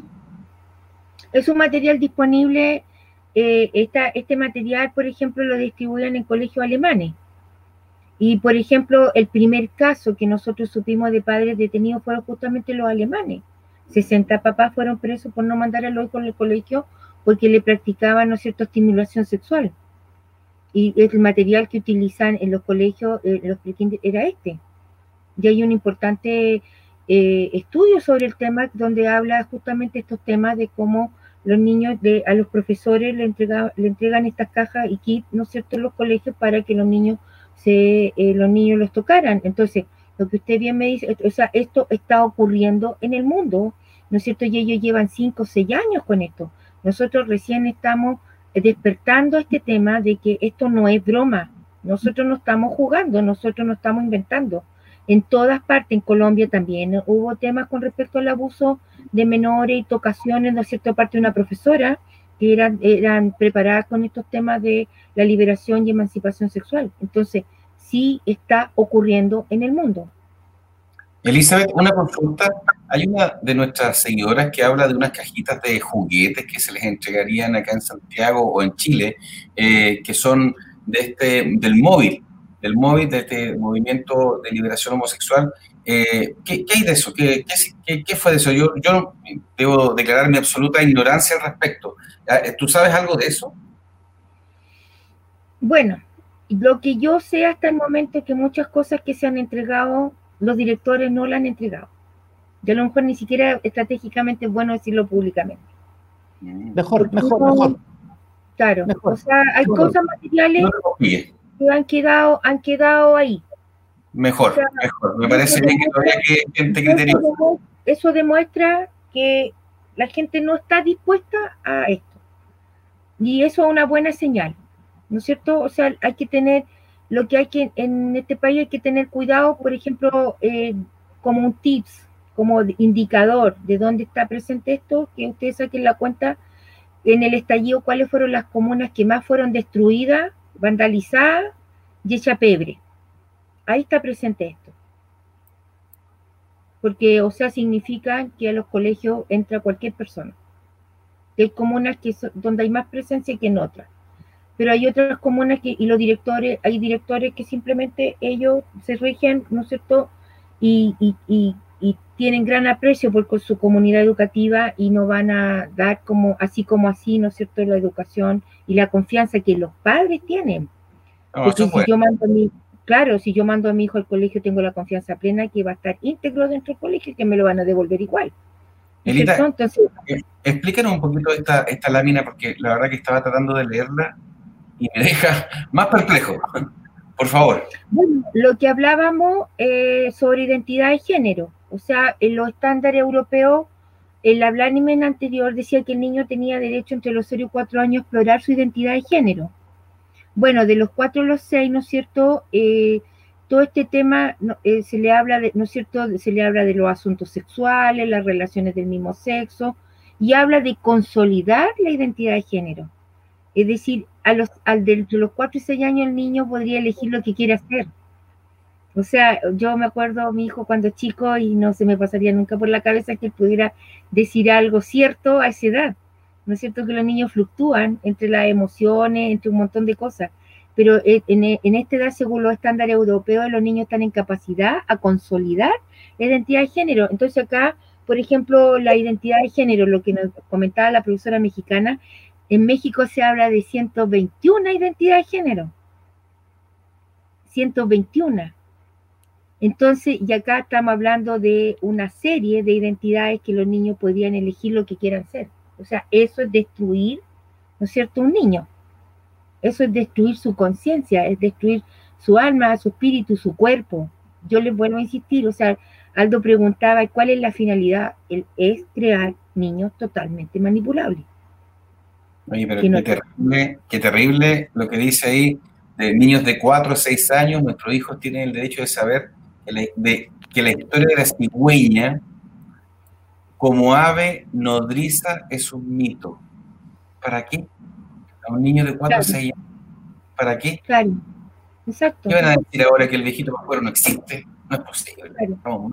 Es un material disponible, eh, esta, este material, por ejemplo, lo distribuyen en colegios alemanes. Y, por ejemplo, el primer caso que nosotros supimos de padres detenidos fueron justamente los alemanes. sesenta papás fueron presos por no mandar a los hijos al colegio porque le practicaban, ¿no es cierto?, estimulación sexual. Y el material que utilizan en los colegios, eh, los era este. Y hay un importante eh, estudio sobre el tema donde habla justamente estos temas de cómo los niños, de, a los profesores le, entrega, le entregan estas cajas y kits, ¿no es cierto?, en los colegios para que los niños, se, eh, los niños los tocaran. Entonces, lo que usted bien me dice, o sea, esto está ocurriendo en el mundo, ¿no es cierto? Y ellos llevan cinco o seis años con esto. Nosotros recién estamos despertando este tema de que esto no es broma. Nosotros no estamos jugando, nosotros no estamos inventando. En todas partes, en Colombia también hubo temas con respecto al abuso de menores y tocaciones, ¿no es cierto?, parte de una profesora que eran, eran preparadas con estos temas de la liberación y emancipación sexual. Entonces, sí está ocurriendo en el mundo. Elizabeth, una consulta. Hay una de nuestras seguidoras que habla de unas cajitas de juguetes que se les entregarían acá en Santiago o en Chile, eh, que son de este, del móvil, del móvil de este movimiento de liberación homosexual. Eh, ¿qué, ¿Qué hay de eso? ¿Qué, qué, ¿Qué fue de eso? Yo, yo debo declarar mi absoluta ignorancia al respecto. ¿Tú sabes algo de eso? Bueno, lo que yo sé hasta el momento es que muchas cosas que se han entregado, los directores no las han entregado. De a lo mejor ni siquiera estratégicamente es bueno decirlo públicamente. Mejor, mejor, no, mejor. Claro, mejor. O sea, hay mejor. cosas materiales no que han quedado, han quedado ahí. Mejor, o sea, mejor. Me parece bien que todavía hay gente criteriosa. Eso, eso demuestra que la gente no está dispuesta a esto. Y eso es una buena señal, ¿no es cierto? O sea, hay que tener, lo que hay que, en este país hay que tener cuidado, por ejemplo, eh, como un tips, como indicador de dónde está presente esto, que ustedes saquen la cuenta en el estallido cuáles fueron las comunas que más fueron destruidas, vandalizadas y hechas pebre. Ahí está presente esto. Porque, o sea, significa que a los colegios entra cualquier persona. Hay comunas que son, donde hay más presencia que en otras. Pero hay otras comunas que, y los directores, hay directores que simplemente ellos se rigen, ¿no es cierto?, y, y, y, y tienen gran aprecio por su comunidad educativa y no van a dar como así como así, ¿no es cierto?, la educación y la confianza que los padres tienen. No, Porque si bueno. yo mando a mi, claro, si yo mando a mi hijo al colegio, tengo la confianza plena que va a estar íntegro dentro del colegio y que me lo van a devolver igual. Elita, Entonces, eh, explícanos un poquito esta, esta lámina, porque la verdad que estaba tratando de leerla y me deja más perplejo. Por favor. Bueno, lo que hablábamos eh, sobre identidad de género, o sea, en los estándares europeos, el hablamen anterior decía que el niño tenía derecho entre los cero y cuatro años a explorar su identidad de género. Bueno, de los cuatro a los seis, ¿no es cierto? Eh, todo este tema no, eh, se le habla de, ¿no es cierto? Se le habla de los asuntos sexuales, las relaciones del mismo sexo, y habla de consolidar la identidad de género. Es decir, a los, al de los cuatro y seis años el niño podría elegir lo que quiere hacer. O sea, yo me acuerdo a mi hijo cuando chico y no se me pasaría nunca por la cabeza que él pudiera decir algo cierto a esa edad. ¿No es cierto que los niños fluctúan entre las emociones, entre un montón de cosas? Pero en, en esta edad, según los estándares europeos, los niños están en capacidad a consolidar la identidad de género. Entonces acá, por ejemplo, la identidad de género, lo que nos comentaba la profesora mexicana, en México se habla de ciento veintiuna identidades de género. ciento veintiuna. Entonces, y acá estamos hablando de una serie de identidades que los niños podrían elegir lo que quieran ser. O sea, eso es destruir, ¿no es cierto?, un niño. Eso es destruir su conciencia, es destruir su alma, su espíritu, su cuerpo. Yo les vuelvo a insistir, o sea, Aldo preguntaba, ¿cuál es la finalidad? El, es crear niños totalmente manipulables. Oye, pero qué, no... terrible, qué terrible lo que dice ahí, de niños de cuatro o seis años, nuestros hijos tienen el derecho de saber que la, de, que la historia de la cigüeña como ave nodriza es un mito. ¿Para qué? A un niño de cuatro o seis años. ¿Para qué? Claro, exacto. ¿Qué van a decir ahora que el viejito pascuero no existe? No es posible. Claro. Vamos,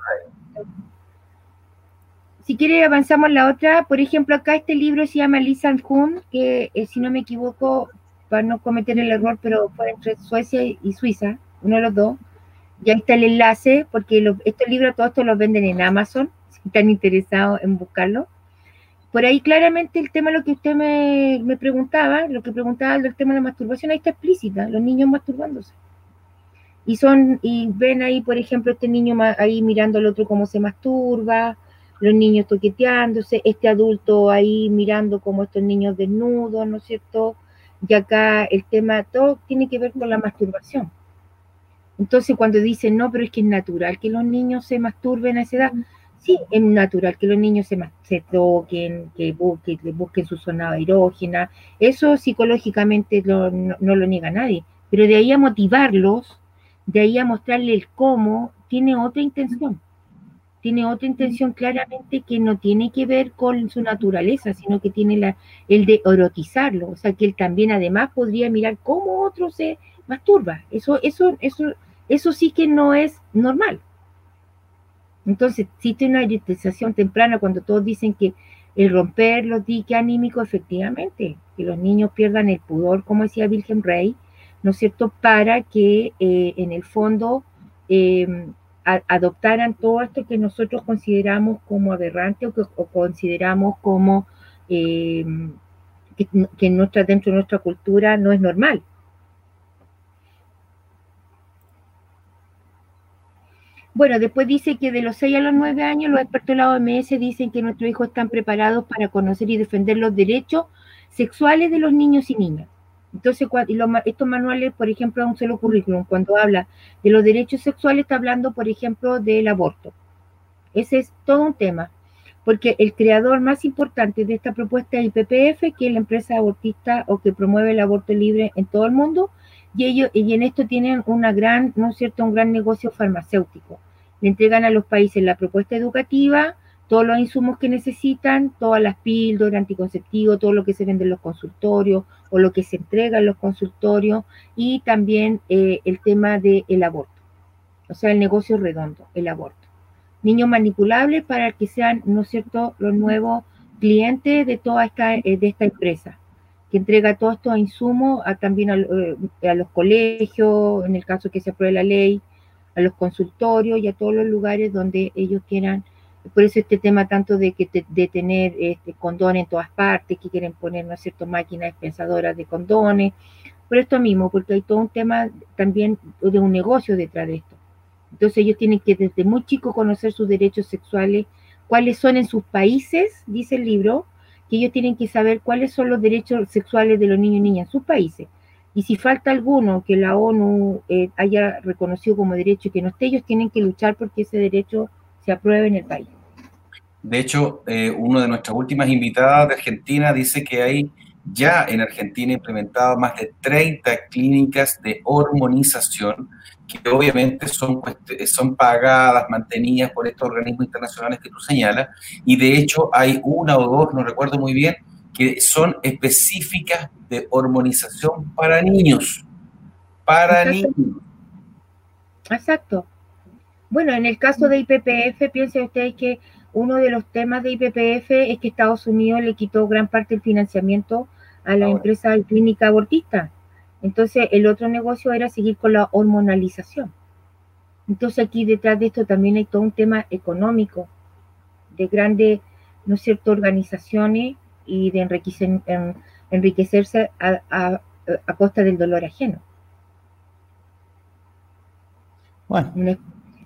si quiere avanzamos a la otra. Por ejemplo, acá este libro se llama Lee Sang-hoon, que eh, si no me equivoco, para no cometer el error, pero fue entre Suecia y Suiza, uno de los dos. Y ahí está el enlace, porque lo, estos libros, todos estos los venden en Amazon, si están interesados en buscarlo. Por ahí claramente el tema, lo que usted me, me preguntaba, lo que preguntaba del tema de la masturbación, ahí está explícita, los niños masturbándose. Y son, y ven ahí, por ejemplo, este niño ahí mirando al otro cómo se masturba, los niños toqueteándose, este adulto ahí mirando como estos niños desnudos, ¿no es cierto? Y acá el tema, todo tiene que ver con la masturbación. Entonces cuando dicen, no, pero es que es natural que los niños se masturben a esa edad, sí, es natural que los niños se, se toquen, que busquen, que busquen su zona erógena, eso psicológicamente lo, no, no lo niega nadie, pero de ahí a motivarlos, de ahí a mostrarle el cómo, tiene otra intención, tiene otra intención claramente que no tiene que ver con su naturaleza, sino que tiene la, el de erotizarlo, o sea que él también además podría mirar cómo otro se masturba, eso, eso, eso, eso sí que no es normal. Entonces, existe una erotización temprana cuando todos dicen que el romper los diques anímicos, efectivamente, que los niños pierdan el pudor, como decía Wilhelm Reich, ¿no es cierto?, para que eh, en el fondo eh, a, adoptaran todo esto que nosotros consideramos como aberrante o que o consideramos como eh, que, que nuestra, dentro de nuestra cultura no es normal. Bueno, después dice que de los seis a los nueve años los expertos de la O M S dicen que nuestros hijos están preparados para conocer y defender los derechos sexuales de los niños y niñas. Entonces, estos manuales, por ejemplo, es un solo currículum. Cuando habla de los derechos sexuales, está hablando, por ejemplo, del aborto. Ese es todo un tema, porque el creador más importante de esta propuesta es I P P F, que es la empresa abortista o que promueve el aborto libre en todo el mundo, y ellos y en esto tienen una gran, ¿no es cierto?, un gran negocio farmacéutico. Le entregan a los países la propuesta educativa, todos los insumos que necesitan, todas las píldoras, anticonceptivos, todo lo que se vende en los consultorios o lo que se entrega en los consultorios, y también eh, el tema del aborto. O sea, el negocio redondo, el aborto. Niños manipulables para que sean, ¿no es cierto?, los nuevos clientes de toda esta, eh, de esta empresa, que entrega todos estos insumos a, también a, eh, a los colegios, en el caso que se apruebe la ley, a los consultorios y a todos los lugares donde ellos quieran. Por eso este tema tanto de que te, de tener este condón en todas partes, que quieren poner, ¿no es cierto?, máquinas dispensadoras de condones, por esto mismo, porque hay todo un tema también de un negocio detrás de esto. Entonces ellos tienen que desde muy chicos conocer sus derechos sexuales, cuáles son en sus países, dice el libro, que ellos tienen que saber cuáles son los derechos sexuales de los niños y niñas en sus países. Y si falta alguno que la ONU eh, haya reconocido como derecho y que no esté, ellos tienen que luchar porque ese derecho se apruebe en el país. De hecho, eh, una de nuestras últimas invitadas de Argentina dice que hay ya en Argentina implementado más de treinta clínicas de hormonización que obviamente son, son pagadas, mantenidas por estos organismos internacionales que tú señalas, y de hecho hay una o dos, no recuerdo muy bien, que son específicas de hormonización para niños. Para Exacto. niños. Exacto. Bueno, en el caso de I P P F, piensen ustedes que uno de los temas de I P P F es que Estados Unidos le quitó gran parte del financiamiento a la empresa de clínica abortista. Entonces, el otro negocio era seguir con la hormonalización. Entonces, aquí detrás de esto también hay todo un tema económico, de grandes, ¿no es cierto?, organizaciones y de enriquecer, en, enriquecerse a, a, a costa del dolor ajeno. Bueno. Una,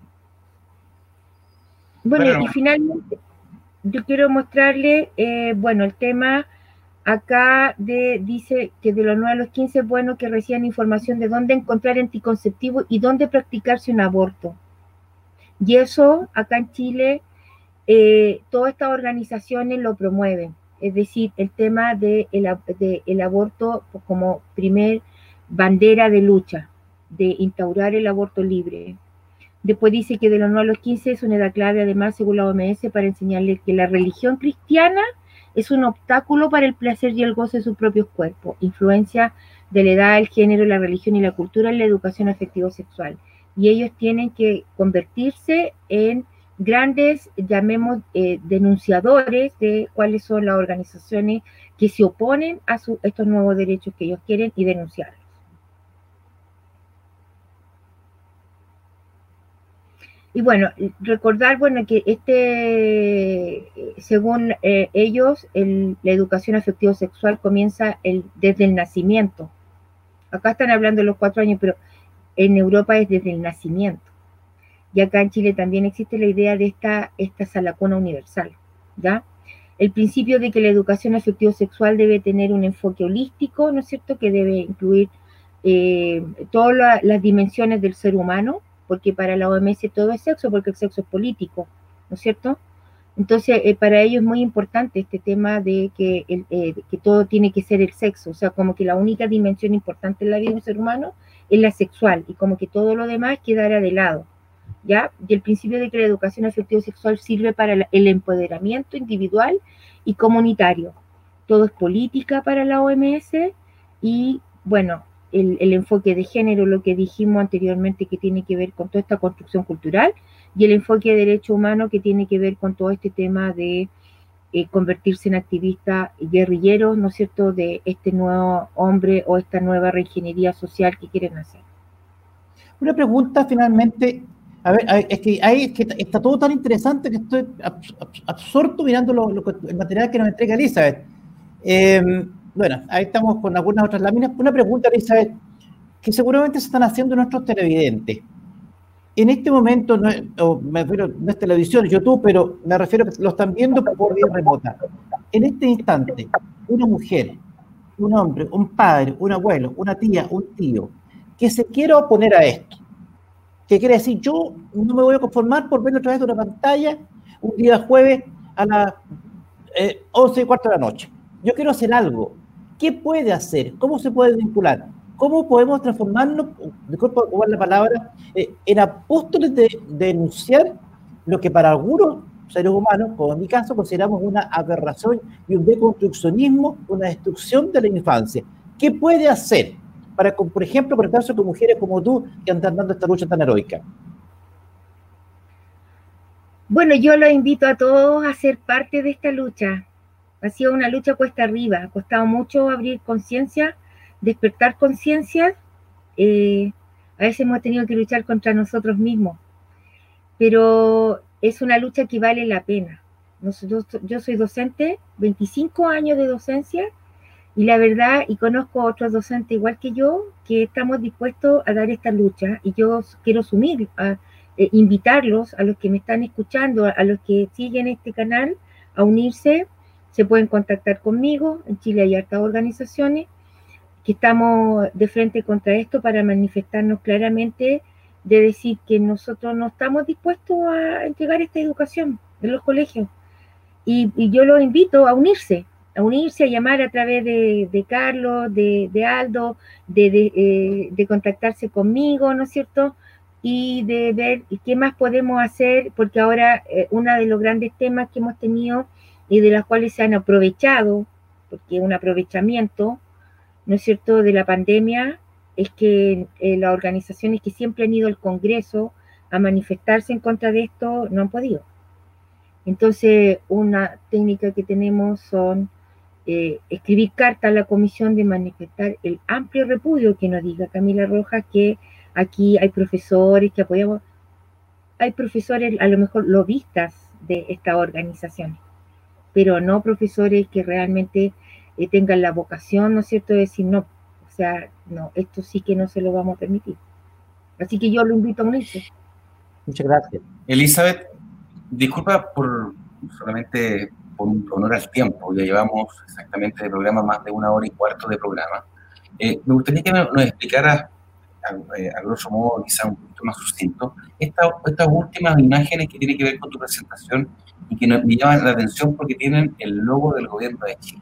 Bueno, bueno, y finalmente yo quiero mostrarle, eh, bueno, el tema acá de, dice que de los nueve a los quince es bueno que reciban información de dónde encontrar anticonceptivos y dónde practicarse un aborto. Y eso acá en Chile, eh, todas estas organizaciones lo promueven. Es decir, el tema del de el aborto como primer bandera de lucha, de instaurar el aborto libre. Después dice que de los nueve a los quince es una edad clave, además, según la O M S, para enseñarles que la religión cristiana es un obstáculo para el placer y el goce de sus propios cuerpos. Influencia de la edad, el género, la religión y la cultura en la educación afectivo-sexual. Y ellos tienen que convertirse en grandes, llamemos, eh, denunciadores de cuáles son las organizaciones que se oponen a su, estos nuevos derechos que ellos quieren y denunciarlos. Y bueno, recordar, bueno, que este, según eh, ellos, el, la educación afectivo-sexual comienza el, desde el nacimiento. Acá están hablando de los cuatro años, pero en Europa es desde el nacimiento. Y acá en Chile también existe la idea de esta, esta salacona universal, ¿ya? El principio de que la educación afectivo-sexual debe tener un enfoque holístico, ¿no es cierto?, que debe incluir eh, todas la, las dimensiones del ser humano, porque para la O M S todo es sexo, porque el sexo es político, ¿no es cierto? Entonces, eh, para ellos es muy importante este tema de que, el, eh, que todo tiene que ser el sexo, o sea, como que la única dimensión importante en la vida de un ser humano es la sexual, y como que todo lo demás quedara de lado, ¿ya? Y el principio de que la educación afectivo-sexual sirve para el empoderamiento individual y comunitario. Todo es política para la O M S, y, bueno, El, el enfoque de género, lo que dijimos anteriormente, que tiene que ver con toda esta construcción cultural, y el enfoque de derecho humano, que tiene que ver con todo este tema de eh, convertirse en activista guerrillero, ¿no es cierto?, de este nuevo hombre o esta nueva reingeniería social que quieren hacer. Una pregunta finalmente, a ver, a ver es, que hay, es que está todo tan interesante que estoy absorto mirando lo, lo, el material que nos entrega Elizabeth. Eh, Bueno, ahí estamos con algunas otras láminas. Una pregunta, Elizabeth, que seguramente se están haciendo nuestros televidentes. En este momento, no es, oh, me refiero, no es televisión, es YouTube, pero me refiero a que lo están viendo por vía remota. En este instante, una mujer, un hombre, un padre, un abuelo, una tía, un tío, que se quiera oponer a esto, que quiere decir, yo no me voy a conformar por verlo a través de una pantalla un día jueves a las eh, once y cuarto de la noche. Yo quiero hacer algo. ¿Qué puede hacer? ¿Cómo se puede vincular? ¿Cómo podemos transformarnos, disculpa ocupar la palabra, eh, en apóstoles de, de denunciar lo que para algunos seres humanos, como en mi caso, consideramos una aberración y un deconstruccionismo, una destrucción de la infancia? ¿Qué puede hacer para, por ejemplo, por el caso con mujeres como tú que están dando esta lucha tan heroica? Bueno, yo los invito a todos a ser parte de esta lucha. Ha sido una lucha cuesta arriba, ha costado mucho abrir conciencia, despertar conciencia, eh, a veces hemos tenido que luchar contra nosotros mismos, pero es una lucha que vale la pena. Nosotros, yo soy docente, veinticinco años de docencia, Y la verdad, y conozco a otros docentes igual que yo, que estamos dispuestos a dar esta lucha, y yo quiero sumir, a, eh, invitarlos a los que me están escuchando, a, a los que siguen este canal, a unirse. Se pueden contactar conmigo. En Chile hay hartas organizaciones que estamos de frente contra esto para manifestarnos claramente, de decir que nosotros no estamos dispuestos a entregar esta educación en los colegios. Y, y yo los invito a unirse, a unirse, a llamar a través de, de Carlos, de, de Aldo, de, de, eh, de contactarse conmigo, ¿no es cierto? Y de ver qué más podemos hacer, porque ahora eh, uno de los grandes temas que hemos tenido y de los cuales se han aprovechado, porque es un aprovechamiento, ¿no es cierto?, de la pandemia, es que eh, las organizaciones que siempre han ido al Congreso a manifestarse en contra de esto no han podido. Entonces, una técnica que tenemos son eh, escribir carta a la comisión de manifestar el amplio repudio, que nos diga Camila Rojas que aquí hay profesores que apoyamos, hay profesores a lo mejor lobistas de estas organizaciones, pero no profesores que realmente eh, tengan la vocación, ¿no es cierto?, de decir no, o sea, no, esto sí que no se lo vamos a permitir. Así que yo lo invito a unirse. Muchas gracias. Elizabeth, disculpa por solamente por honor al tiempo, ya llevamos exactamente de programa más de una hora y cuarto de programa. Eh, me gustaría que nos explicaras, a, a grosso modo, quizá un poquito más sucinto, esta, estas últimas imágenes que tienen que ver con tu presentación y que nos, me llaman la atención porque tienen el logo del gobierno de Chile.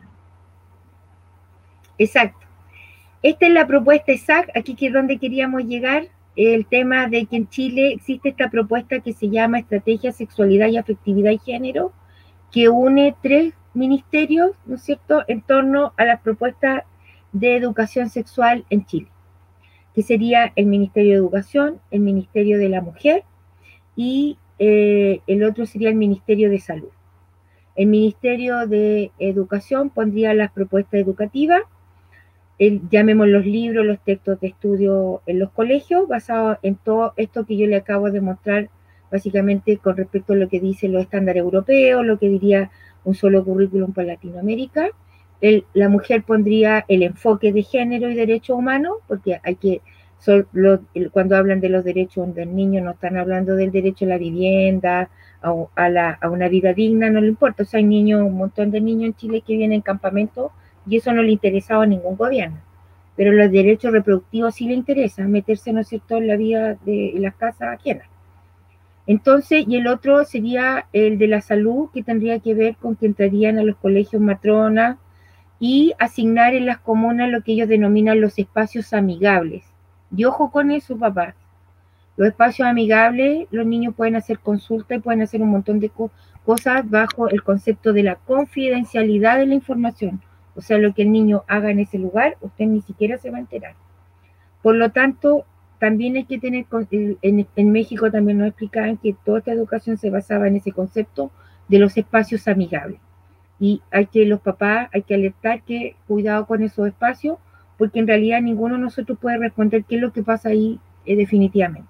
Exacto. Esta es la propuesta E S A C, aquí que es donde queríamos llegar, el tema de que en Chile existe esta propuesta que se llama Estrategia, Sexualidad y Afectividad y Género, que une tres ministerios, ¿no es cierto?, en torno a las propuestas de educación sexual en Chile, que sería el Ministerio de Educación, el Ministerio de la Mujer y eh, el otro sería el Ministerio de Salud. El Ministerio de Educación pondría las propuestas educativas, el, llamemos los libros, los textos de estudio en los colegios, basados en todo esto que yo le acabo de mostrar, básicamente con respecto a lo que dicen los estándares europeos, lo que diría un solo currículum para Latinoamérica. El, la mujer pondría el enfoque de género y derechos humanos, porque hay que, son los, el, cuando hablan de los derechos del niño, no están hablando del derecho a la vivienda, a, a, la, a una vida digna, no le importa. O sea, hay niños, un montón de niños en Chile que vienen en campamento y eso no le interesaba a ningún gobierno. Pero los derechos reproductivos sí le interesa, meterse, ¿no es cierto?, en la vida de en las casas ajenas. Entonces, y el otro sería el de la salud, que tendría que ver con que entrarían a los colegios matronas y asignar en las comunas lo que ellos denominan los espacios amigables. Y ojo con eso, papás. Los espacios amigables, los niños pueden hacer consulta y pueden hacer un montón de co- cosas bajo el concepto de la confidencialidad de la información. O sea, lo que el niño haga en ese lugar, usted ni siquiera se va a enterar. Por lo tanto, también hay que tener, en, en México también nos explicaban que toda esta educación se basaba en ese concepto de los espacios amigables. Y hay que, los papás, hay que alertar que cuidado con esos espacios, porque en realidad ninguno de nosotros puede responder qué es lo que pasa ahí eh, definitivamente.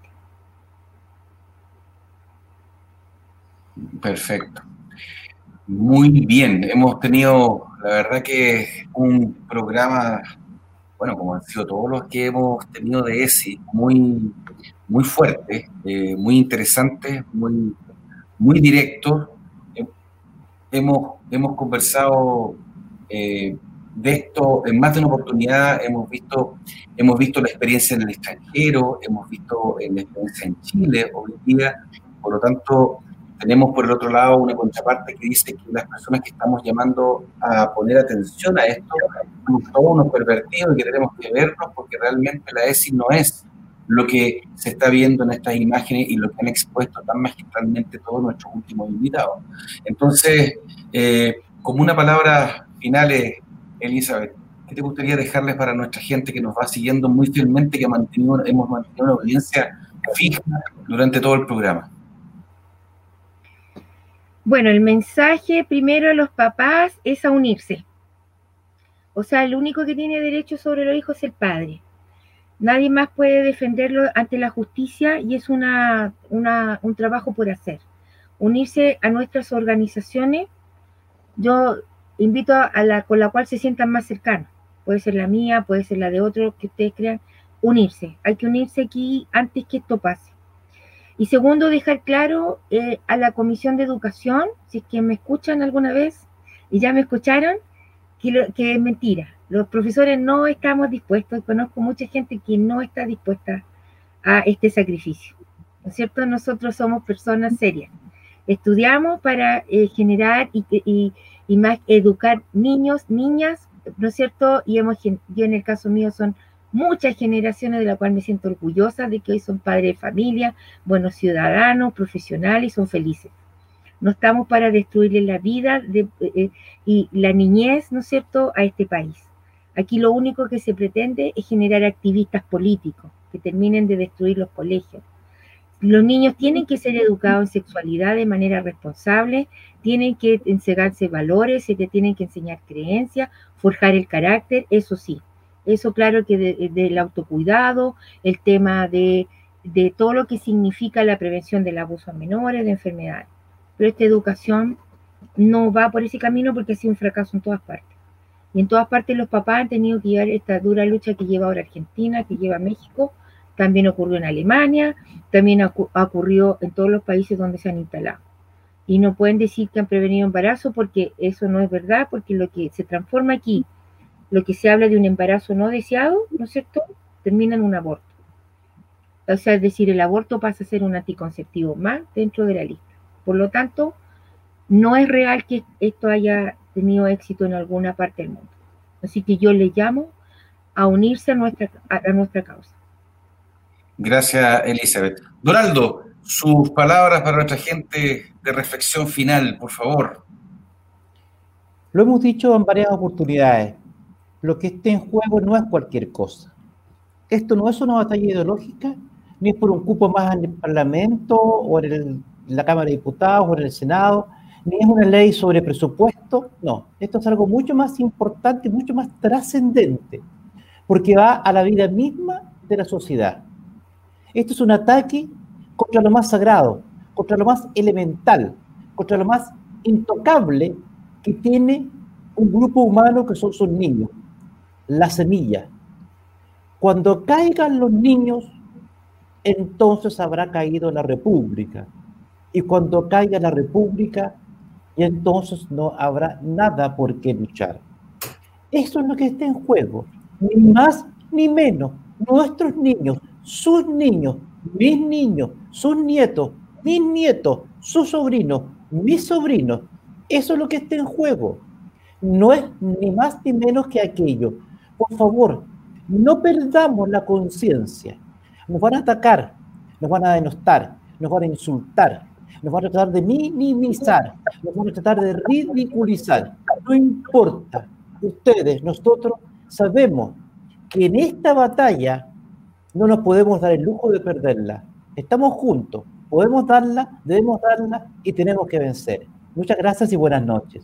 Perfecto. Muy bien, hemos tenido, la verdad que un programa, bueno, como han sido todos los que hemos tenido de E S I, muy, muy fuerte, eh, muy interesante, muy, muy directo. Hemos, hemos conversado eh, de esto en más de una oportunidad, hemos visto, hemos visto la experiencia en el extranjero, hemos visto la experiencia en Chile hoy día, por lo tanto, tenemos por el otro lado una contraparte que dice que las personas que estamos llamando a poner atención a esto somos todos unos pervertidos y que tenemos que vernos porque realmente la E S I no es lo que se está viendo en estas imágenes y lo que han expuesto tan magistralmente todos nuestros últimos invitados. Entonces, eh, como una palabra final, Elizabeth, ¿qué te gustaría dejarles para nuestra gente que nos va siguiendo muy fielmente, que ha mantenido, hemos mantenido una audiencia fija durante todo el programa? Bueno, el mensaje primero a los papás es a unirse. O sea, el único que tiene derecho sobre los hijos es el padre. Nadie más puede defenderlo ante la justicia y es una, una, un trabajo por hacer. Unirse a nuestras organizaciones, yo invito a la con la cual se sientan más cercanos. puede ser la mía, puede ser la de otro que ustedes crean, unirse. Hay que unirse aquí antes que esto pase. Y segundo, dejar claro eh, a la Comisión de Educación, si es que me escuchan alguna vez y ya me escucharon, que, lo, que es mentira. Los profesores no estamos dispuestos, y conozco mucha gente que no está dispuesta a este sacrificio. ¿No es cierto? Nosotros somos personas serias. Estudiamos para eh, generar y, y, y más educar niños, niñas, ¿no es cierto? Y hemos, yo en el caso mío son muchas generaciones de las cuales me siento orgullosa de que hoy son padres de familia, buenos ciudadanos, profesionales y son felices. No estamos para destruirle la vida de, eh, y la niñez, ¿no es cierto?, a este país. Aquí lo único que se pretende es generar activistas políticos que terminen de destruir los colegios. Los niños tienen que ser educados en sexualidad de manera responsable, tienen que enseñarse valores, se te tienen que enseñar creencias, forjar el carácter, eso sí. Eso claro que de, del autocuidado, el tema de, de todo lo que significa la prevención del abuso a menores, de enfermedades. Pero esta educación no va por ese camino porque ha sido un fracaso en todas partes. Y en todas partes los papás han tenido que llevar esta dura lucha que lleva ahora Argentina, que lleva México, también ocurrió en Alemania, también ha ocurrido en todos los países donde se han instalado. Y no pueden decir que han prevenido embarazo porque eso no es verdad, porque lo que se transforma aquí, lo que se habla de un embarazo no deseado, ¿no es cierto?, termina en un aborto. O sea, es decir, el aborto pasa a ser un anticonceptivo más dentro de la lista. Por lo tanto, no es real que esto haya tenido éxito en alguna parte del mundo. Así que yo le llamo a unirse a nuestra, a, a nuestra causa. Gracias, Elizabeth. Donaldo, sus palabras para nuestra gente de reflexión final, por favor. Lo hemos dicho en varias oportunidades. Lo que esté en juego no es cualquier cosa. Esto no es una batalla ideológica, ni es por un cupo más en el Parlamento o en, el, en la Cámara de Diputados o en el Senado, ni es una ley sobre presupuesto. No, esto es algo mucho más importante, mucho más trascendente, porque va a la vida misma de la sociedad. Esto es un ataque contra lo más sagrado, contra lo más elemental, contra lo más intocable que tiene un grupo humano que son sus niños, la semilla. Cuando caigan los niños, entonces habrá caído la República. Y cuando caiga la República, y entonces no habrá nada por qué luchar. Eso es lo que está en juego, ni más ni menos. Nuestros niños, sus niños, mis niños, sus nietos, mis nietos, sus sobrinos, mis sobrinos. Eso es lo que está en juego. No es ni más ni menos que aquello. Por favor, no perdamos la conciencia. Nos van a atacar, nos van a denostar, nos van a insultar, nos van a tratar de minimizar, nos van a tratar de ridiculizar. No importa. Ustedes, nosotros sabemos que en esta batalla no nos podemos dar el lujo de perderla. Estamos juntos, podemos darla, debemos darla y tenemos que vencer. Muchas gracias y buenas noches.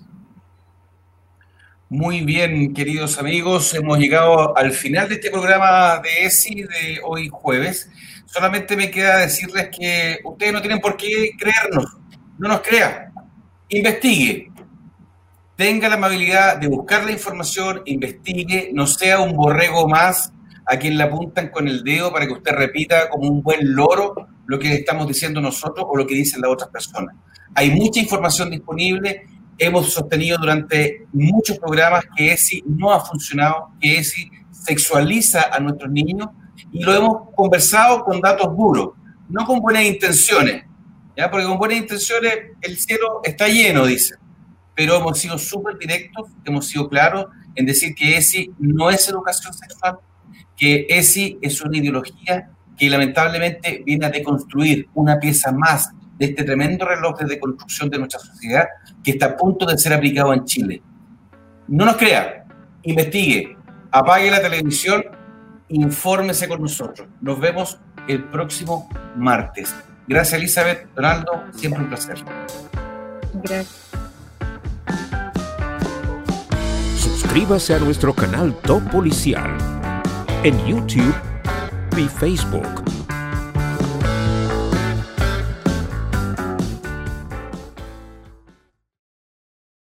Muy bien, queridos amigos, hemos llegado al final de este programa de ESI de hoy jueves. Solamente me queda decirles que ustedes no tienen por qué creernos, no nos crea, investigue, tenga la amabilidad de buscar la información, investigue, no sea un borrego más a quien le apuntan con el dedo para que usted repita como un buen loro lo que estamos diciendo nosotros o lo que dicen las otras personas. Hay mucha información disponible. Hemos sostenido durante muchos programas que ESI no ha funcionado, que ESI sexualiza a nuestros niños y lo hemos conversado con datos duros, no con buenas intenciones, ¿ya? Porque con buenas intenciones el cielo está lleno, dicen, pero hemos sido súper directos, hemos sido claros en decir que ESI no es educación sexual, que ESI es una ideología que lamentablemente viene a deconstruir una pieza más de este tremendo reloj de deconstrucción de nuestra sociedad que está a punto de ser aplicado en Chile. No nos crea, investigue, apague la televisión, infórmese con nosotros. Nos vemos el próximo martes. Gracias, Elizabeth, Donaldo, siempre un placer. Gracias. Suscríbase a nuestro canal Top Policial en YouTube y Facebook.